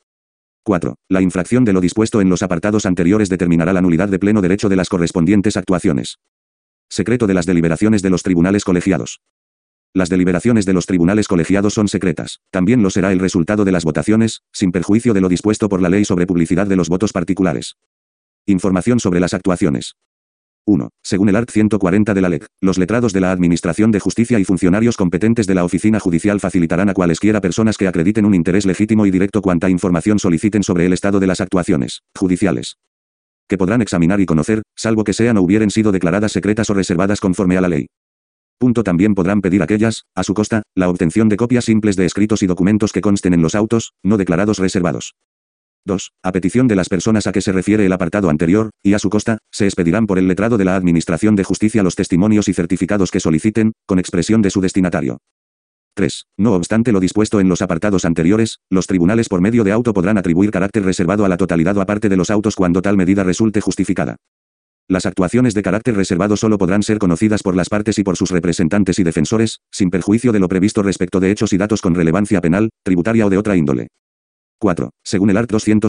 4. La infracción de lo dispuesto en los apartados anteriores determinará la nulidad de pleno derecho de las correspondientes actuaciones. Secreto de las deliberaciones de los tribunales colegiados. Las deliberaciones de los tribunales colegiados son secretas. También lo será el resultado de las votaciones, sin perjuicio de lo dispuesto por la ley sobre publicidad de los votos particulares. Información sobre las actuaciones. 1. Según el art. 140 de la LEC, los letrados de la Administración de Justicia y funcionarios competentes de la Oficina Judicial facilitarán a cualesquiera personas que acrediten un interés legítimo y directo cuanta información soliciten sobre el estado de las actuaciones judiciales, que podrán examinar y conocer, salvo que sean o hubieren sido declaradas secretas o reservadas conforme a la ley. También podrán pedir aquellas, a su costa, la obtención de copias simples de escritos y documentos que consten en los autos, no declarados reservados. 2. A petición de las personas a que se refiere el apartado anterior, y a su costa, se expedirán por el letrado de la Administración de Justicia los testimonios y certificados que soliciten, con expresión de su destinatario. 3. No obstante lo dispuesto en los apartados anteriores, los tribunales por medio de auto podrán atribuir carácter reservado a la totalidad o a parte de los autos cuando tal medida resulte justificada. Las actuaciones de carácter reservado solo podrán ser conocidas por las partes y por sus representantes y defensores, sin perjuicio de lo previsto respecto de hechos y datos con relevancia penal, tributaria o de otra índole. 4. Según el art.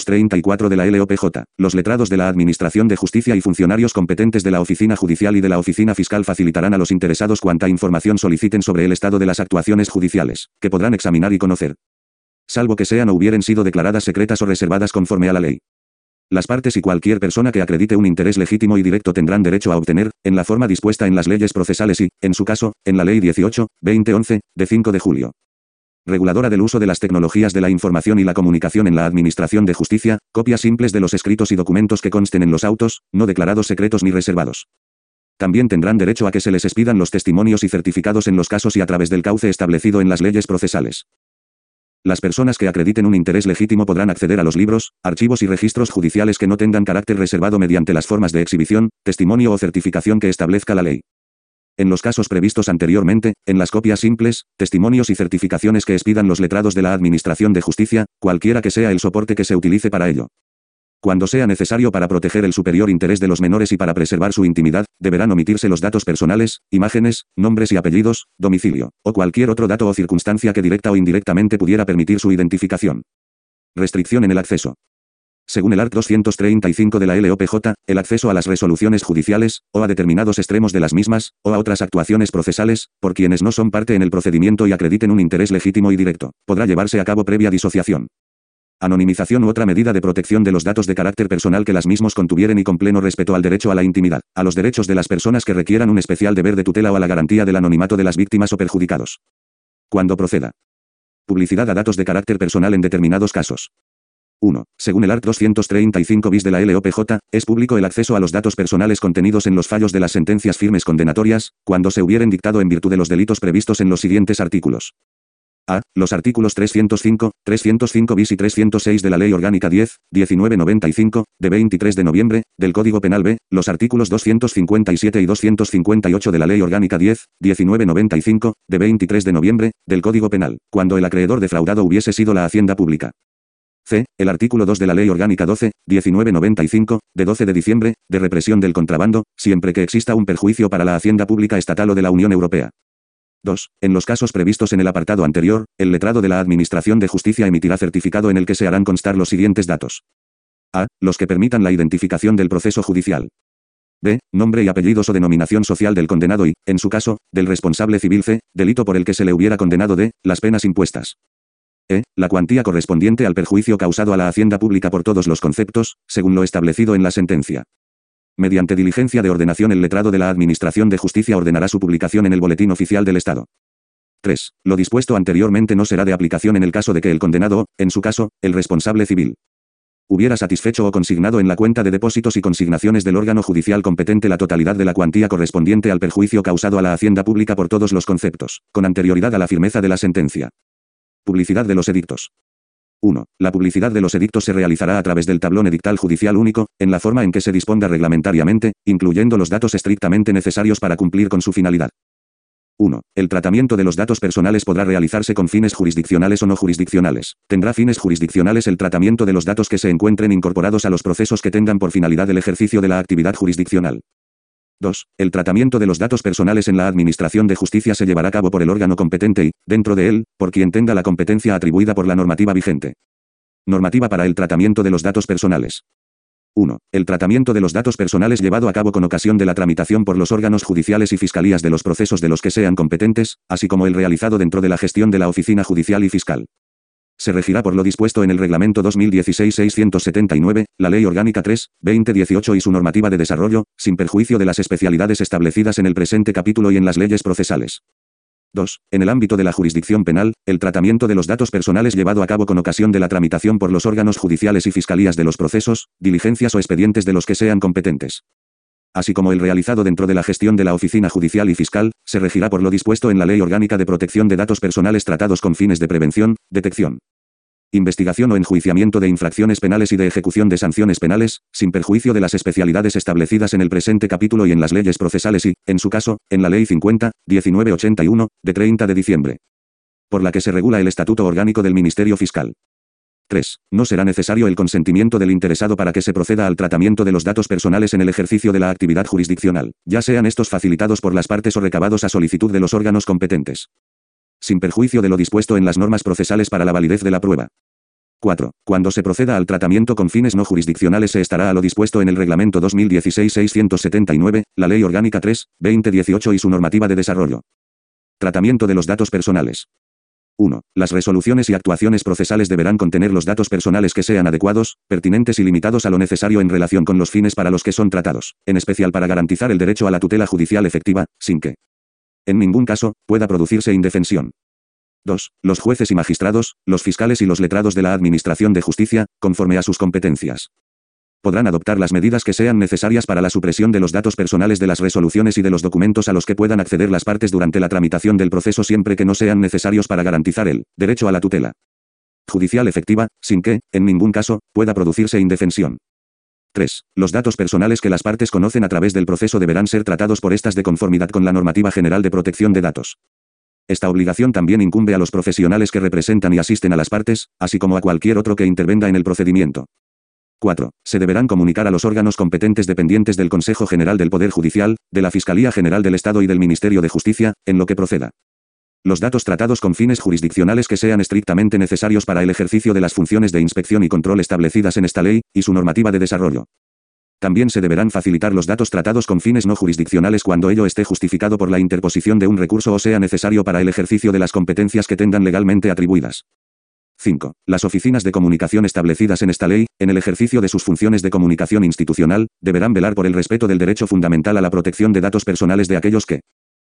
234 de la LOPJ, los letrados de la Administración de Justicia y funcionarios competentes de la Oficina Judicial y de la Oficina Fiscal facilitarán a los interesados cuanta información soliciten sobre el estado de las actuaciones judiciales, que podrán examinar y conocer, salvo que sean o hubieren sido declaradas secretas o reservadas conforme a la ley. Las partes y cualquier persona que acredite un interés legítimo y directo tendrán derecho a obtener, en la forma dispuesta en las leyes procesales y, en su caso, en la Ley 18/2011, de 5 de julio. Reguladora del uso de las tecnologías de la información y la comunicación en la Administración de Justicia, copias simples de los escritos y documentos que consten en los autos, no declarados secretos ni reservados. También tendrán derecho a que se les expidan los testimonios y certificados en los casos y a través del cauce establecido en las leyes procesales. Las personas que acrediten un interés legítimo podrán acceder a los libros, archivos y registros judiciales que no tengan carácter reservado mediante las formas de exhibición, testimonio o certificación que establezca la ley. En los casos previstos anteriormente, en las copias simples, testimonios y certificaciones que expidan los letrados de la Administración de Justicia, cualquiera que sea el soporte que se utilice para ello. Cuando sea necesario para proteger el superior interés de los menores y para preservar su intimidad, deberán omitirse los datos personales, imágenes, nombres y apellidos, domicilio, o cualquier otro dato o circunstancia que directa o indirectamente pudiera permitir su identificación. Restricción en el acceso. Según el art. 235 de la LOPJ, el acceso a las resoluciones judiciales, o a determinados extremos de las mismas, o a otras actuaciones procesales, por quienes no son parte en el procedimiento y acrediten un interés legítimo y directo, podrá llevarse a cabo previa disociación, anonimización u otra medida de protección de los datos de carácter personal que las mismos contuvieren y con pleno respeto al derecho a la intimidad, a los derechos de las personas que requieran un especial deber de tutela o a la garantía del anonimato de las víctimas o perjudicados. Cuando proceda. Publicidad a datos de carácter personal en determinados casos. 1. Según el art. 235 bis de la LOPJ, es público el acceso a los datos personales contenidos en los fallos de las sentencias firmes condenatorias, cuando se hubieren dictado en virtud de los delitos previstos en los siguientes artículos. A. Los artículos 305, 305 bis y 306 de la Ley Orgánica 10/1995, de 23 de noviembre, del Código Penal. B. Los artículos 257 y 258 de la Ley Orgánica 10/1995, de 23 de noviembre, del Código Penal, cuando el acreedor defraudado hubiese sido la hacienda pública. C. El artículo 2 de la Ley Orgánica 12/1995, de 12 de diciembre, de represión del contrabando, siempre que exista un perjuicio para la hacienda pública estatal o de la Unión Europea. 2. En los casos previstos en el apartado anterior, el letrado de la Administración de Justicia emitirá certificado en el que se harán constar los siguientes datos. A. Los que permitan la identificación del proceso judicial. B. Nombre y apellidos o denominación social del condenado y, en su caso, del responsable civil. C. Delito por el que se le hubiera condenado. D. Las penas impuestas. E. La cuantía correspondiente al perjuicio causado a la hacienda pública por todos los conceptos, según lo establecido en la sentencia. Mediante diligencia de ordenación el letrado de la Administración de Justicia ordenará su publicación en el Boletín Oficial del Estado. 3. Lo dispuesto anteriormente no será de aplicación en el caso de que el condenado o, en su caso, el responsable civil, hubiera satisfecho o consignado en la cuenta de depósitos y consignaciones del órgano judicial competente la totalidad de la cuantía correspondiente al perjuicio causado a la hacienda pública por todos los conceptos, con anterioridad a la firmeza de la sentencia. Publicidad de los edictos. 1. La publicidad de los edictos se realizará a través del tablón edictal judicial único, en la forma en que se disponga reglamentariamente, incluyendo los datos estrictamente necesarios para cumplir con su finalidad. 1. El tratamiento de los datos personales podrá realizarse con fines jurisdiccionales o no jurisdiccionales. Tendrá fines jurisdiccionales el tratamiento de los datos que se encuentren incorporados a los procesos que tengan por finalidad el ejercicio de la actividad jurisdiccional. 2. El tratamiento de los datos personales en la Administración de Justicia se llevará a cabo por el órgano competente y, dentro de él, por quien tenga la competencia atribuida por la normativa vigente. Normativa para el tratamiento de los datos personales. 1. El tratamiento de los datos personales llevado a cabo con ocasión de la tramitación por los órganos judiciales y fiscalías de los procesos de los que sean competentes, así como el realizado dentro de la gestión de la Oficina Judicial y Fiscal. Se regirá por lo dispuesto en el Reglamento 2016-679, la Ley Orgánica 3/2018 y su normativa de desarrollo, sin perjuicio de las especialidades establecidas en el presente capítulo y en las leyes procesales. 2. En el ámbito de la jurisdicción penal, el tratamiento de los datos personales llevado a cabo con ocasión de la tramitación por los órganos judiciales y fiscalías de los procesos, diligencias o expedientes de los que sean competentes, así como el realizado dentro de la gestión de la Oficina Judicial y Fiscal, se regirá por lo dispuesto en la Ley Orgánica de Protección de Datos Personales tratados con fines de prevención, detección, investigación o enjuiciamiento de infracciones penales y de ejecución de sanciones penales, sin perjuicio de las especialidades establecidas en el presente capítulo y en las leyes procesales y, en su caso, en la Ley 50-1981, de 30 de diciembre, por la que se regula el Estatuto Orgánico del Ministerio Fiscal. 3. No será necesario el consentimiento del interesado para que se proceda al tratamiento de los datos personales en el ejercicio de la actividad jurisdiccional, ya sean estos facilitados por las partes o recabados a solicitud de los órganos competentes, sin perjuicio de lo dispuesto en las normas procesales para la validez de la prueba. 4. Cuando se proceda al tratamiento con fines no jurisdiccionales se estará a lo dispuesto en el Reglamento 2016-679, la Ley Orgánica 3/2018 y su normativa de desarrollo. Tratamiento de los datos personales. 1. Las resoluciones y actuaciones procesales deberán contener los datos personales que sean adecuados, pertinentes y limitados a lo necesario en relación con los fines para los que son tratados, en especial para garantizar el derecho a la tutela judicial efectiva, sin que, en ningún caso, pueda producirse indefensión. 2. Los jueces y magistrados, los fiscales y los letrados de la Administración de Justicia, conforme a sus competencias, podrán adoptar las medidas que sean necesarias para la supresión de los datos personales de las resoluciones y de los documentos a los que puedan acceder las partes durante la tramitación del proceso siempre que no sean necesarios para garantizar el derecho a la tutela judicial efectiva, sin que, en ningún caso, pueda producirse indefensión. 3. Los datos personales que las partes conocen a través del proceso deberán ser tratados por estas de conformidad con la Normativa General de Protección de Datos. Esta obligación también incumbe a los profesionales que representan y asisten a las partes, así como a cualquier otro que intervenga en el procedimiento. 4. Se deberán comunicar a los órganos competentes dependientes del Consejo General del Poder Judicial, de la Fiscalía General del Estado y del Ministerio de Justicia, en lo que proceda, los datos tratados con fines jurisdiccionales que sean estrictamente necesarios para el ejercicio de las funciones de inspección y control establecidas en esta ley, y su normativa de desarrollo. También se deberán facilitar los datos tratados con fines no jurisdiccionales cuando ello esté justificado por la interposición de un recurso o sea necesario para el ejercicio de las competencias que tengan legalmente atribuidas. 5. Las oficinas de comunicación establecidas en esta ley, en el ejercicio de sus funciones de comunicación institucional, deberán velar por el respeto del derecho fundamental a la protección de datos personales de aquellos que.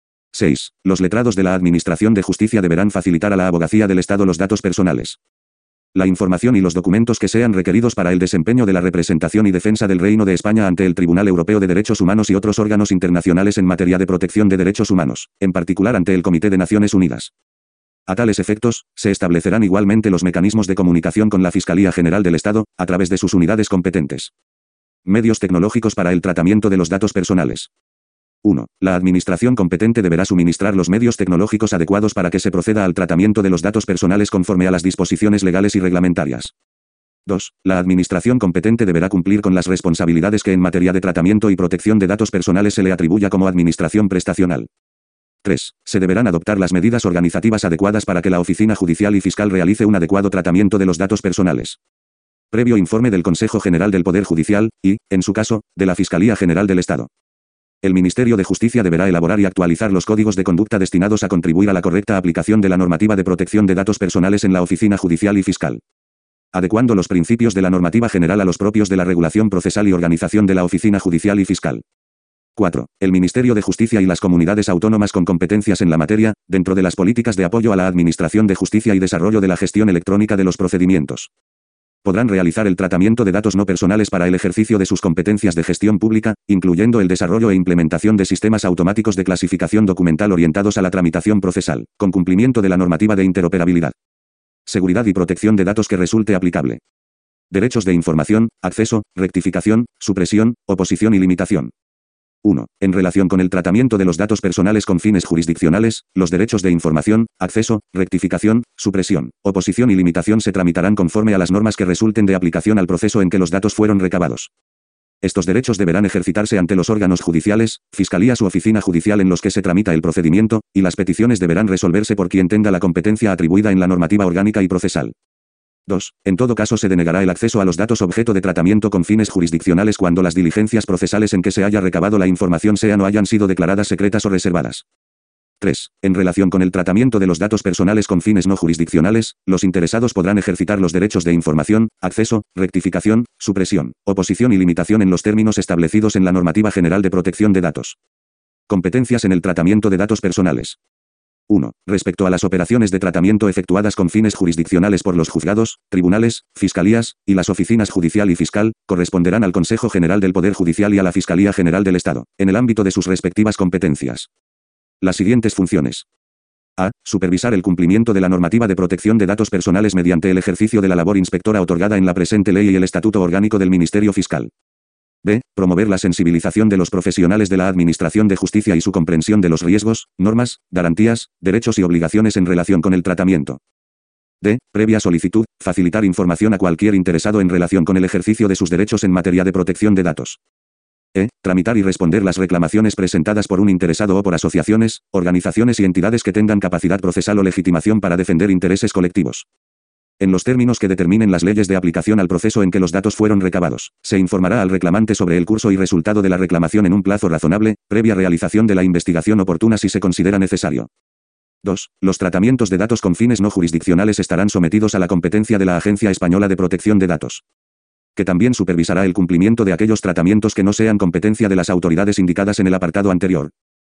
6. Los letrados de la Administración de Justicia deberán facilitar a la Abogacía del Estado los datos personales, la información y los documentos que sean requeridos para el desempeño de la representación y defensa del Reino de España ante el Tribunal Europeo de Derechos Humanos y otros órganos internacionales en materia de protección de derechos humanos, en particular ante el Comité de Naciones Unidas. A tales efectos, se establecerán igualmente los mecanismos de comunicación con la Fiscalía General del Estado, a través de sus unidades competentes. Medios tecnológicos para el tratamiento de los datos personales. 1. La Administración competente deberá suministrar los medios tecnológicos adecuados para que se proceda al tratamiento de los datos personales conforme a las disposiciones legales y reglamentarias. 2. La Administración competente deberá cumplir con las responsabilidades que en materia de tratamiento y protección de datos personales se le atribuya como Administración prestacional. 3. Se deberán adoptar las medidas organizativas adecuadas para que la Oficina Judicial y Fiscal realice un adecuado tratamiento de los datos personales, previo informe del Consejo General del Poder Judicial, y, en su caso, de la Fiscalía General del Estado. El Ministerio de Justicia deberá elaborar y actualizar los códigos de conducta destinados a contribuir a la correcta aplicación de la normativa de protección de datos personales en la Oficina Judicial y Fiscal, adecuando los principios de la normativa general a los propios de la regulación procesal y organización de la Oficina Judicial y Fiscal. 4. El Ministerio de Justicia y las comunidades autónomas con competencias en la materia, dentro de las políticas de apoyo a la Administración de Justicia y desarrollo de la gestión electrónica de los procedimientos, podrán realizar el tratamiento de datos no personales para el ejercicio de sus competencias de gestión pública, incluyendo el desarrollo e implementación de sistemas automáticos de clasificación documental orientados a la tramitación procesal, con cumplimiento de la normativa de interoperabilidad, seguridad y protección de datos que resulte aplicable. Derechos de información, acceso, rectificación, supresión, oposición y limitación. 1. En relación con el tratamiento de los datos personales con fines jurisdiccionales, los derechos de información, acceso, rectificación, supresión, oposición y limitación se tramitarán conforme a las normas que resulten de aplicación al proceso en que los datos fueron recabados. Estos derechos deberán ejercitarse ante los órganos judiciales, fiscalías u oficina judicial en los que se tramita el procedimiento, y las peticiones deberán resolverse por quien tenga la competencia atribuida en la normativa orgánica y procesal. 2. En todo caso se denegará el acceso a los datos objeto de tratamiento con fines jurisdiccionales cuando las diligencias procesales en que se haya recabado la información sean o hayan sido declaradas secretas o reservadas. 3. En relación con el tratamiento de los datos personales con fines no jurisdiccionales, los interesados podrán ejercitar los derechos de información, acceso, rectificación, supresión, oposición y limitación en los términos establecidos en la Normativa General de Protección de Datos. Competencias en el tratamiento de datos personales. 1. Respecto a las operaciones de tratamiento efectuadas con fines jurisdiccionales por los juzgados, tribunales, fiscalías, y las oficinas judicial y fiscal, corresponderán al Consejo General del Poder Judicial y a la Fiscalía General del Estado, en el ámbito de sus respectivas competencias. Las siguientes funciones. A. Supervisar el cumplimiento de la normativa de protección de datos personales mediante el ejercicio de la labor inspectora otorgada en la presente ley y el Estatuto Orgánico del Ministerio Fiscal. B. Promover la sensibilización de los profesionales de la Administración de Justicia y su comprensión de los riesgos, normas, garantías, derechos y obligaciones en relación con el tratamiento. D. Previa solicitud, facilitar información a cualquier interesado en relación con el ejercicio de sus derechos en materia de protección de datos. E. Tramitar y responder las reclamaciones presentadas por un interesado o por asociaciones, organizaciones y entidades que tengan capacidad procesal o legitimación para defender intereses colectivos. En los términos que determinen las leyes de aplicación al proceso en que los datos fueron recabados, se informará al reclamante sobre el curso y resultado de la reclamación en un plazo razonable, previa realización de la investigación oportuna si se considera necesario. 2. Los tratamientos de datos con fines no jurisdiccionales estarán sometidos a la competencia de la Agencia Española de Protección de Datos, que también supervisará el cumplimiento de aquellos tratamientos que no sean competencia de las autoridades indicadas en el apartado anterior.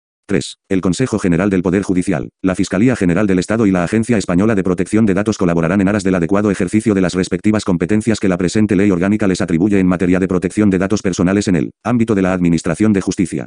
3. El Consejo General del Poder Judicial, la Fiscalía General del Estado y la Agencia Española de Protección de Datos colaborarán en aras del adecuado ejercicio de las respectivas competencias que la presente ley orgánica les atribuye en materia de protección de datos personales en el ámbito de la Administración de Justicia.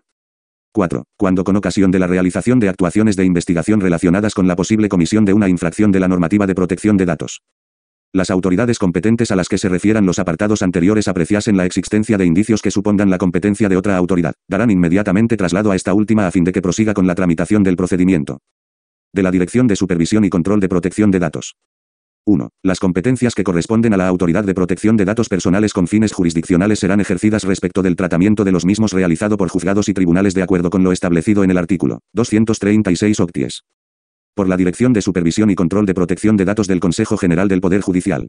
4. Cuando con ocasión de la realización de actuaciones de investigación relacionadas con la posible comisión de una infracción de la normativa de protección de datos, las autoridades competentes a las que se refieran los apartados anteriores apreciasen la existencia de indicios que supongan la competencia de otra autoridad, darán inmediatamente traslado a esta última a fin de que prosiga con la tramitación del procedimiento. De la Dirección de Supervisión y Control de Protección de Datos. 1. Las competencias que corresponden a la Autoridad de Protección de Datos Personales con fines jurisdiccionales serán ejercidas respecto del tratamiento de los mismos realizado por juzgados y tribunales de acuerdo con lo establecido en el artículo 236 octies. Por la Dirección de Supervisión y Control de Protección de Datos del Consejo General del Poder Judicial.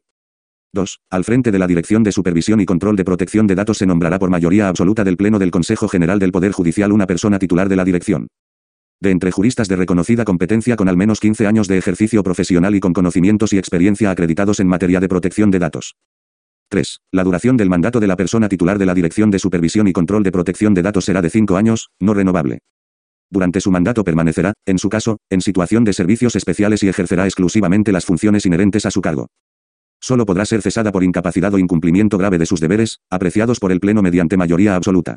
2. Al frente de la Dirección de Supervisión y Control de Protección de Datos se nombrará por mayoría absoluta del Pleno del Consejo General del Poder Judicial una persona titular de la dirección. De entre juristas de reconocida competencia con al menos 15 años de ejercicio profesional y con conocimientos y experiencia acreditados en materia de protección de datos. 3. La duración del mandato de la persona titular de la Dirección de Supervisión y Control de Protección de Datos será de 5 años, no renovable. Durante su mandato permanecerá, en su caso, en situación de servicios especiales y ejercerá exclusivamente las funciones inherentes a su cargo. Solo podrá ser cesada por incapacidad o incumplimiento grave de sus deberes, apreciados por el Pleno mediante mayoría absoluta.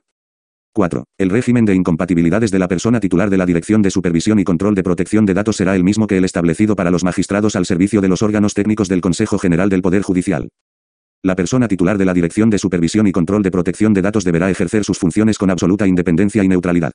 4. El régimen de incompatibilidades de la persona titular de la Dirección de Supervisión y Control de Protección de Datos será el mismo que el establecido para los magistrados al servicio de los órganos técnicos del Consejo General del Poder Judicial. La persona titular de la Dirección de Supervisión y Control de Protección de Datos deberá ejercer sus funciones con absoluta independencia y neutralidad.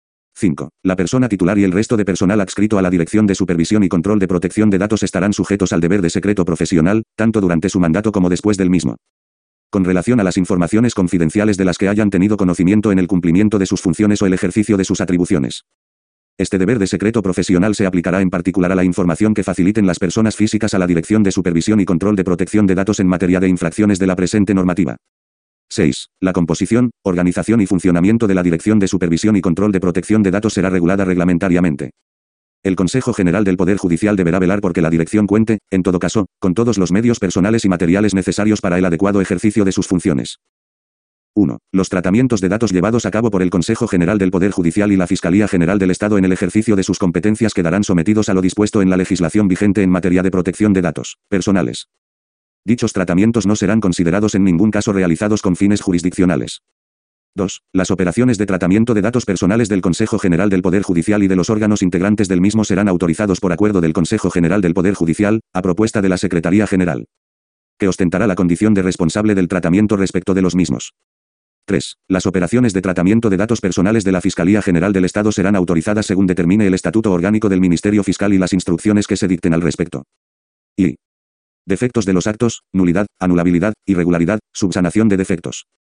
5. La persona titular y el resto de personal adscrito a la Dirección de Supervisión y Control de Protección de Datos estarán sujetos al deber de secreto profesional, tanto durante su mandato como después del mismo. Con relación a las informaciones confidenciales de las que hayan tenido conocimiento en el cumplimiento de sus funciones o el ejercicio de sus atribuciones. Este deber de secreto profesional se aplicará en particular a la información que faciliten las personas físicas a la Dirección de Supervisión y Control de Protección de Datos en materia de infracciones de la presente normativa. 6. La composición, organización y funcionamiento de la Dirección de Supervisión y Control de Protección de Datos será regulada reglamentariamente. El Consejo General del Poder Judicial deberá velar porque la Dirección cuente, en todo caso, con todos los medios personales y materiales necesarios para el adecuado ejercicio de sus funciones. 1. Los tratamientos de datos llevados a cabo por el Consejo General del Poder Judicial y la Fiscalía General del Estado en el ejercicio de sus competencias quedarán sometidos a lo dispuesto en la legislación vigente en materia de protección de datos personales. Dichos tratamientos no serán considerados en ningún caso realizados con fines jurisdiccionales. 2. Las operaciones de tratamiento de datos personales del Consejo General del Poder Judicial y de los órganos integrantes del mismo serán autorizados por acuerdo del Consejo General del Poder Judicial, a propuesta de la Secretaría General, que ostentará la condición de responsable del tratamiento respecto de los mismos. 3. Las operaciones de tratamiento de datos personales de la Fiscalía General del Estado serán autorizadas según determine el Estatuto Orgánico del Ministerio Fiscal y las instrucciones que se dicten al respecto. Y defectos de los actos, nulidad, anulabilidad, irregularidad, subsanación de defectos.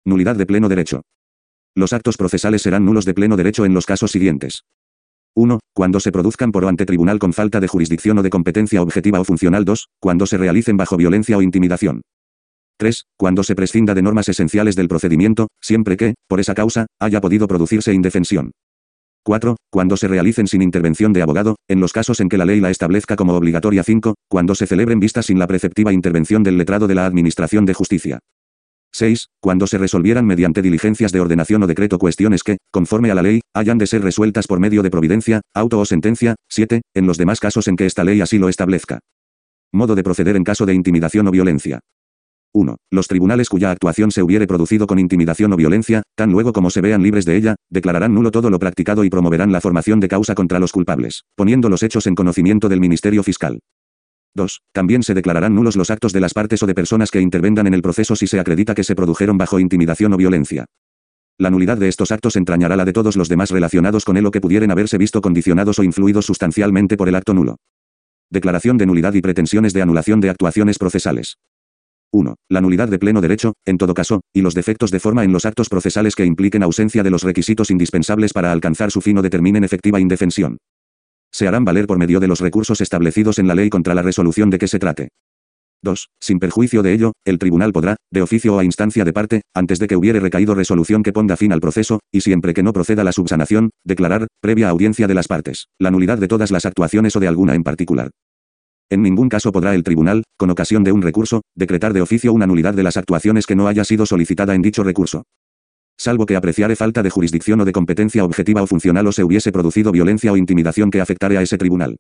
Nulidad de pleno derecho. Los actos procesales serán nulos de pleno derecho en los casos siguientes. 1. Cuando se produzcan por o ante tribunal con falta de jurisdicción o de competencia objetiva o funcional. 2. Cuando se realicen bajo violencia o intimidación. 3. Cuando se prescinda de normas esenciales del procedimiento, siempre que, por esa causa, haya podido producirse indefensión. 4. Cuando se realicen sin intervención de abogado, en los casos en que la ley la establezca como obligatoria. 5. Cuando se celebren vistas sin la preceptiva intervención del letrado de la Administración de Justicia. 6. Cuando se resolvieran mediante diligencias de ordenación o decreto cuestiones que, conforme a la ley, hayan de ser resueltas por medio de providencia, auto o sentencia. 7. En los demás casos en que esta ley así lo establezca. Modo de proceder en caso de intimidación o violencia. 1. Los tribunales cuya actuación se hubiere producido con intimidación o violencia, tan luego como se vean libres de ella, declararán nulo todo lo practicado y promoverán la formación de causa contra los culpables, poniendo los hechos en conocimiento del Ministerio Fiscal. 2. También se declararán nulos los actos de las partes o de personas que intervengan en el proceso si se acredita que se produjeron bajo intimidación o violencia. La nulidad de estos actos entrañará la de todos los demás relacionados con él o que pudieren haberse visto condicionados o influidos sustancialmente por el acto nulo. Declaración de nulidad y pretensiones de anulación de actuaciones procesales. 1. La nulidad de pleno derecho, en todo caso, y los defectos de forma en los actos procesales que impliquen ausencia de los requisitos indispensables para alcanzar su fin o determinen efectiva indefensión. Se harán valer por medio de los recursos establecidos en la ley contra la resolución de que se trate. 2. Sin perjuicio de ello, el tribunal podrá, de oficio o a instancia de parte, antes de que hubiere recaído resolución que ponga fin al proceso, y siempre que no proceda la subsanación, declarar, previa audiencia de las partes, la nulidad de todas las actuaciones o de alguna en particular. En ningún caso podrá el tribunal, con ocasión de un recurso, decretar de oficio una nulidad de las actuaciones que no haya sido solicitada en dicho recurso. Salvo que apreciare falta de jurisdicción o de competencia objetiva o funcional o se hubiese producido violencia o intimidación que afectare a ese tribunal.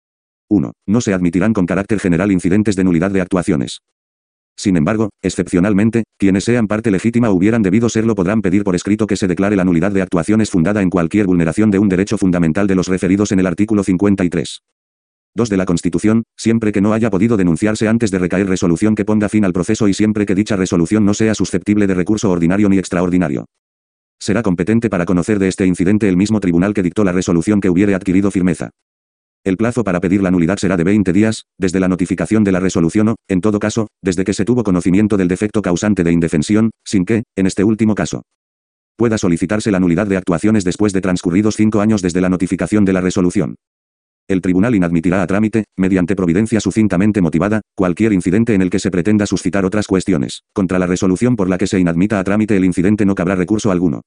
1. No se admitirán con carácter general incidentes de nulidad de actuaciones. Sin embargo, excepcionalmente, quienes sean parte legítima o hubieran debido serlo podrán pedir por escrito que se declare la nulidad de actuaciones fundada en cualquier vulneración de un derecho fundamental de los referidos en el artículo 53. 2 de la Constitución, siempre que no haya podido denunciarse antes de recaer resolución que ponga fin al proceso y siempre que dicha resolución no sea susceptible de recurso ordinario ni extraordinario. Será competente para conocer de este incidente el mismo tribunal que dictó la resolución que hubiere adquirido firmeza. El plazo para pedir la nulidad será de 20 días, desde la notificación de la resolución o, en todo caso, desde que se tuvo conocimiento del defecto causante de indefensión, sin que, en este último caso, pueda solicitarse la nulidad de actuaciones después de transcurridos 5 años desde la notificación de la resolución. El tribunal inadmitirá a trámite, mediante providencia sucintamente motivada, cualquier incidente en el que se pretenda suscitar otras cuestiones. Contra la resolución por la que se inadmita a trámite el incidente no cabrá recurso alguno.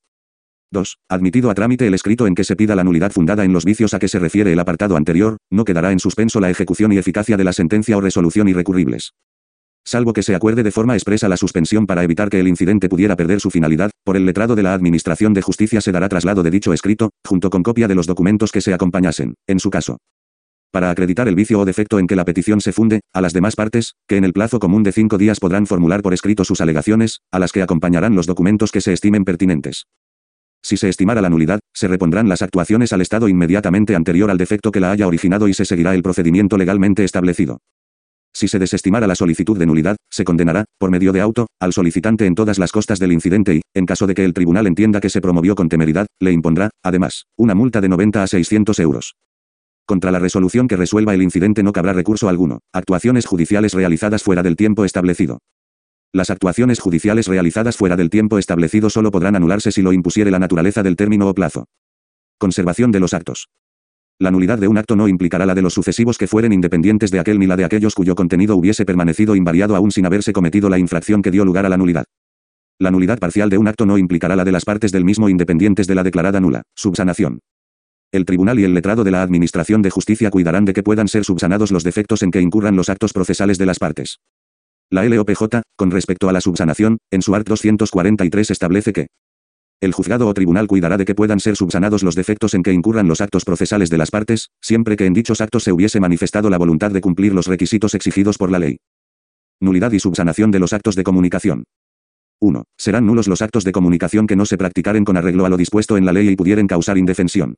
2. Admitido a trámite el escrito en que se pida la nulidad fundada en los vicios a que se refiere el apartado anterior, no quedará en suspenso la ejecución y eficacia de la sentencia o resolución irrecurribles. Salvo que se acuerde de forma expresa la suspensión para evitar que el incidente pudiera perder su finalidad, por el letrado de la Administración de Justicia se dará traslado de dicho escrito, junto con copia de los documentos que se acompañasen, en su caso, para acreditar el vicio o defecto en que la petición se funde, a las demás partes, que en el plazo común de 5 días podrán formular por escrito sus alegaciones, a las que acompañarán los documentos que se estimen pertinentes. Si se estimara la nulidad, se repondrán las actuaciones al estado inmediatamente anterior al defecto que la haya originado y se seguirá el procedimiento legalmente establecido. Si se desestimara la solicitud de nulidad, se condenará, por medio de auto, al solicitante en todas las costas del incidente y, en caso de que el tribunal entienda que se promovió con temeridad, le impondrá, además, una multa de 90 a 600 euros. Contra la resolución que resuelva el incidente no cabrá recurso alguno. Actuaciones judiciales realizadas fuera del tiempo establecido. Las actuaciones judiciales realizadas fuera del tiempo establecido solo podrán anularse si lo impusiere la naturaleza del término o plazo. Conservación de los actos. La nulidad de un acto no implicará la de los sucesivos que fueren independientes de aquel ni la de aquellos cuyo contenido hubiese permanecido invariado aún sin haberse cometido la infracción que dio lugar a la nulidad. La nulidad parcial de un acto no implicará la de las partes del mismo independientes de la declarada nula. Subsanación. El tribunal y el letrado de la Administración de Justicia cuidarán de que puedan ser subsanados los defectos en que incurran los actos procesales de las partes. La LOPJ, con respecto a la subsanación, en su art. 243 establece que el juzgado o tribunal cuidará de que puedan ser subsanados los defectos en que incurran los actos procesales de las partes, siempre que en dichos actos se hubiese manifestado la voluntad de cumplir los requisitos exigidos por la ley. Nulidad y subsanación de los actos de comunicación. 1. Serán nulos los actos de comunicación que no se practicaren con arreglo a lo dispuesto en la ley y pudieren causar indefensión.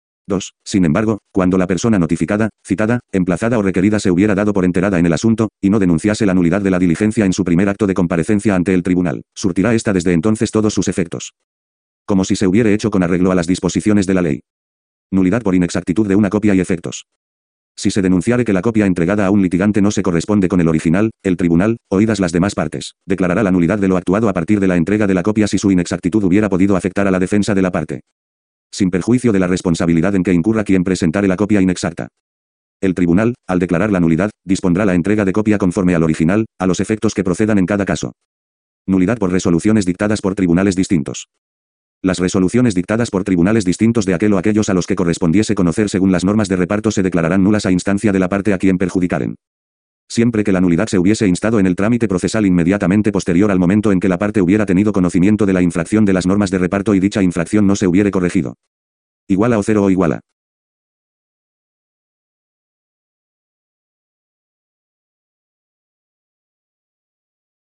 2. Sin embargo, cuando la persona notificada, citada, emplazada o requerida se hubiera dado por enterada en el asunto, y no denunciase la nulidad de la diligencia en su primer acto de comparecencia ante el tribunal, surtirá ésta desde entonces todos sus efectos. Como si se hubiere hecho con arreglo a las disposiciones de la ley. Nulidad por inexactitud de una copia y efectos. Si se denunciare que la copia entregada a un litigante no se corresponde con el original, el tribunal, oídas las demás partes, declarará la nulidad de lo actuado a partir de la entrega de la copia si su inexactitud hubiera podido afectar a la defensa de la parte. Sin perjuicio de la responsabilidad en que incurra quien presentare la copia inexacta. El tribunal, al declarar la nulidad, dispondrá la entrega de copia conforme al original, a los efectos que procedan en cada caso. Nulidad por resoluciones dictadas por tribunales distintos. Las resoluciones dictadas por tribunales distintos de aquel o aquellos a los que correspondiese conocer según las normas de reparto se declararán nulas a instancia de la parte a quien perjudicaren. Siempre que la nulidad se hubiese instado en el trámite procesal inmediatamente posterior al momento en que la parte hubiera tenido conocimiento de la infracción de las normas de reparto y dicha infracción no se hubiere corregido. Igual a o 0 o igual a.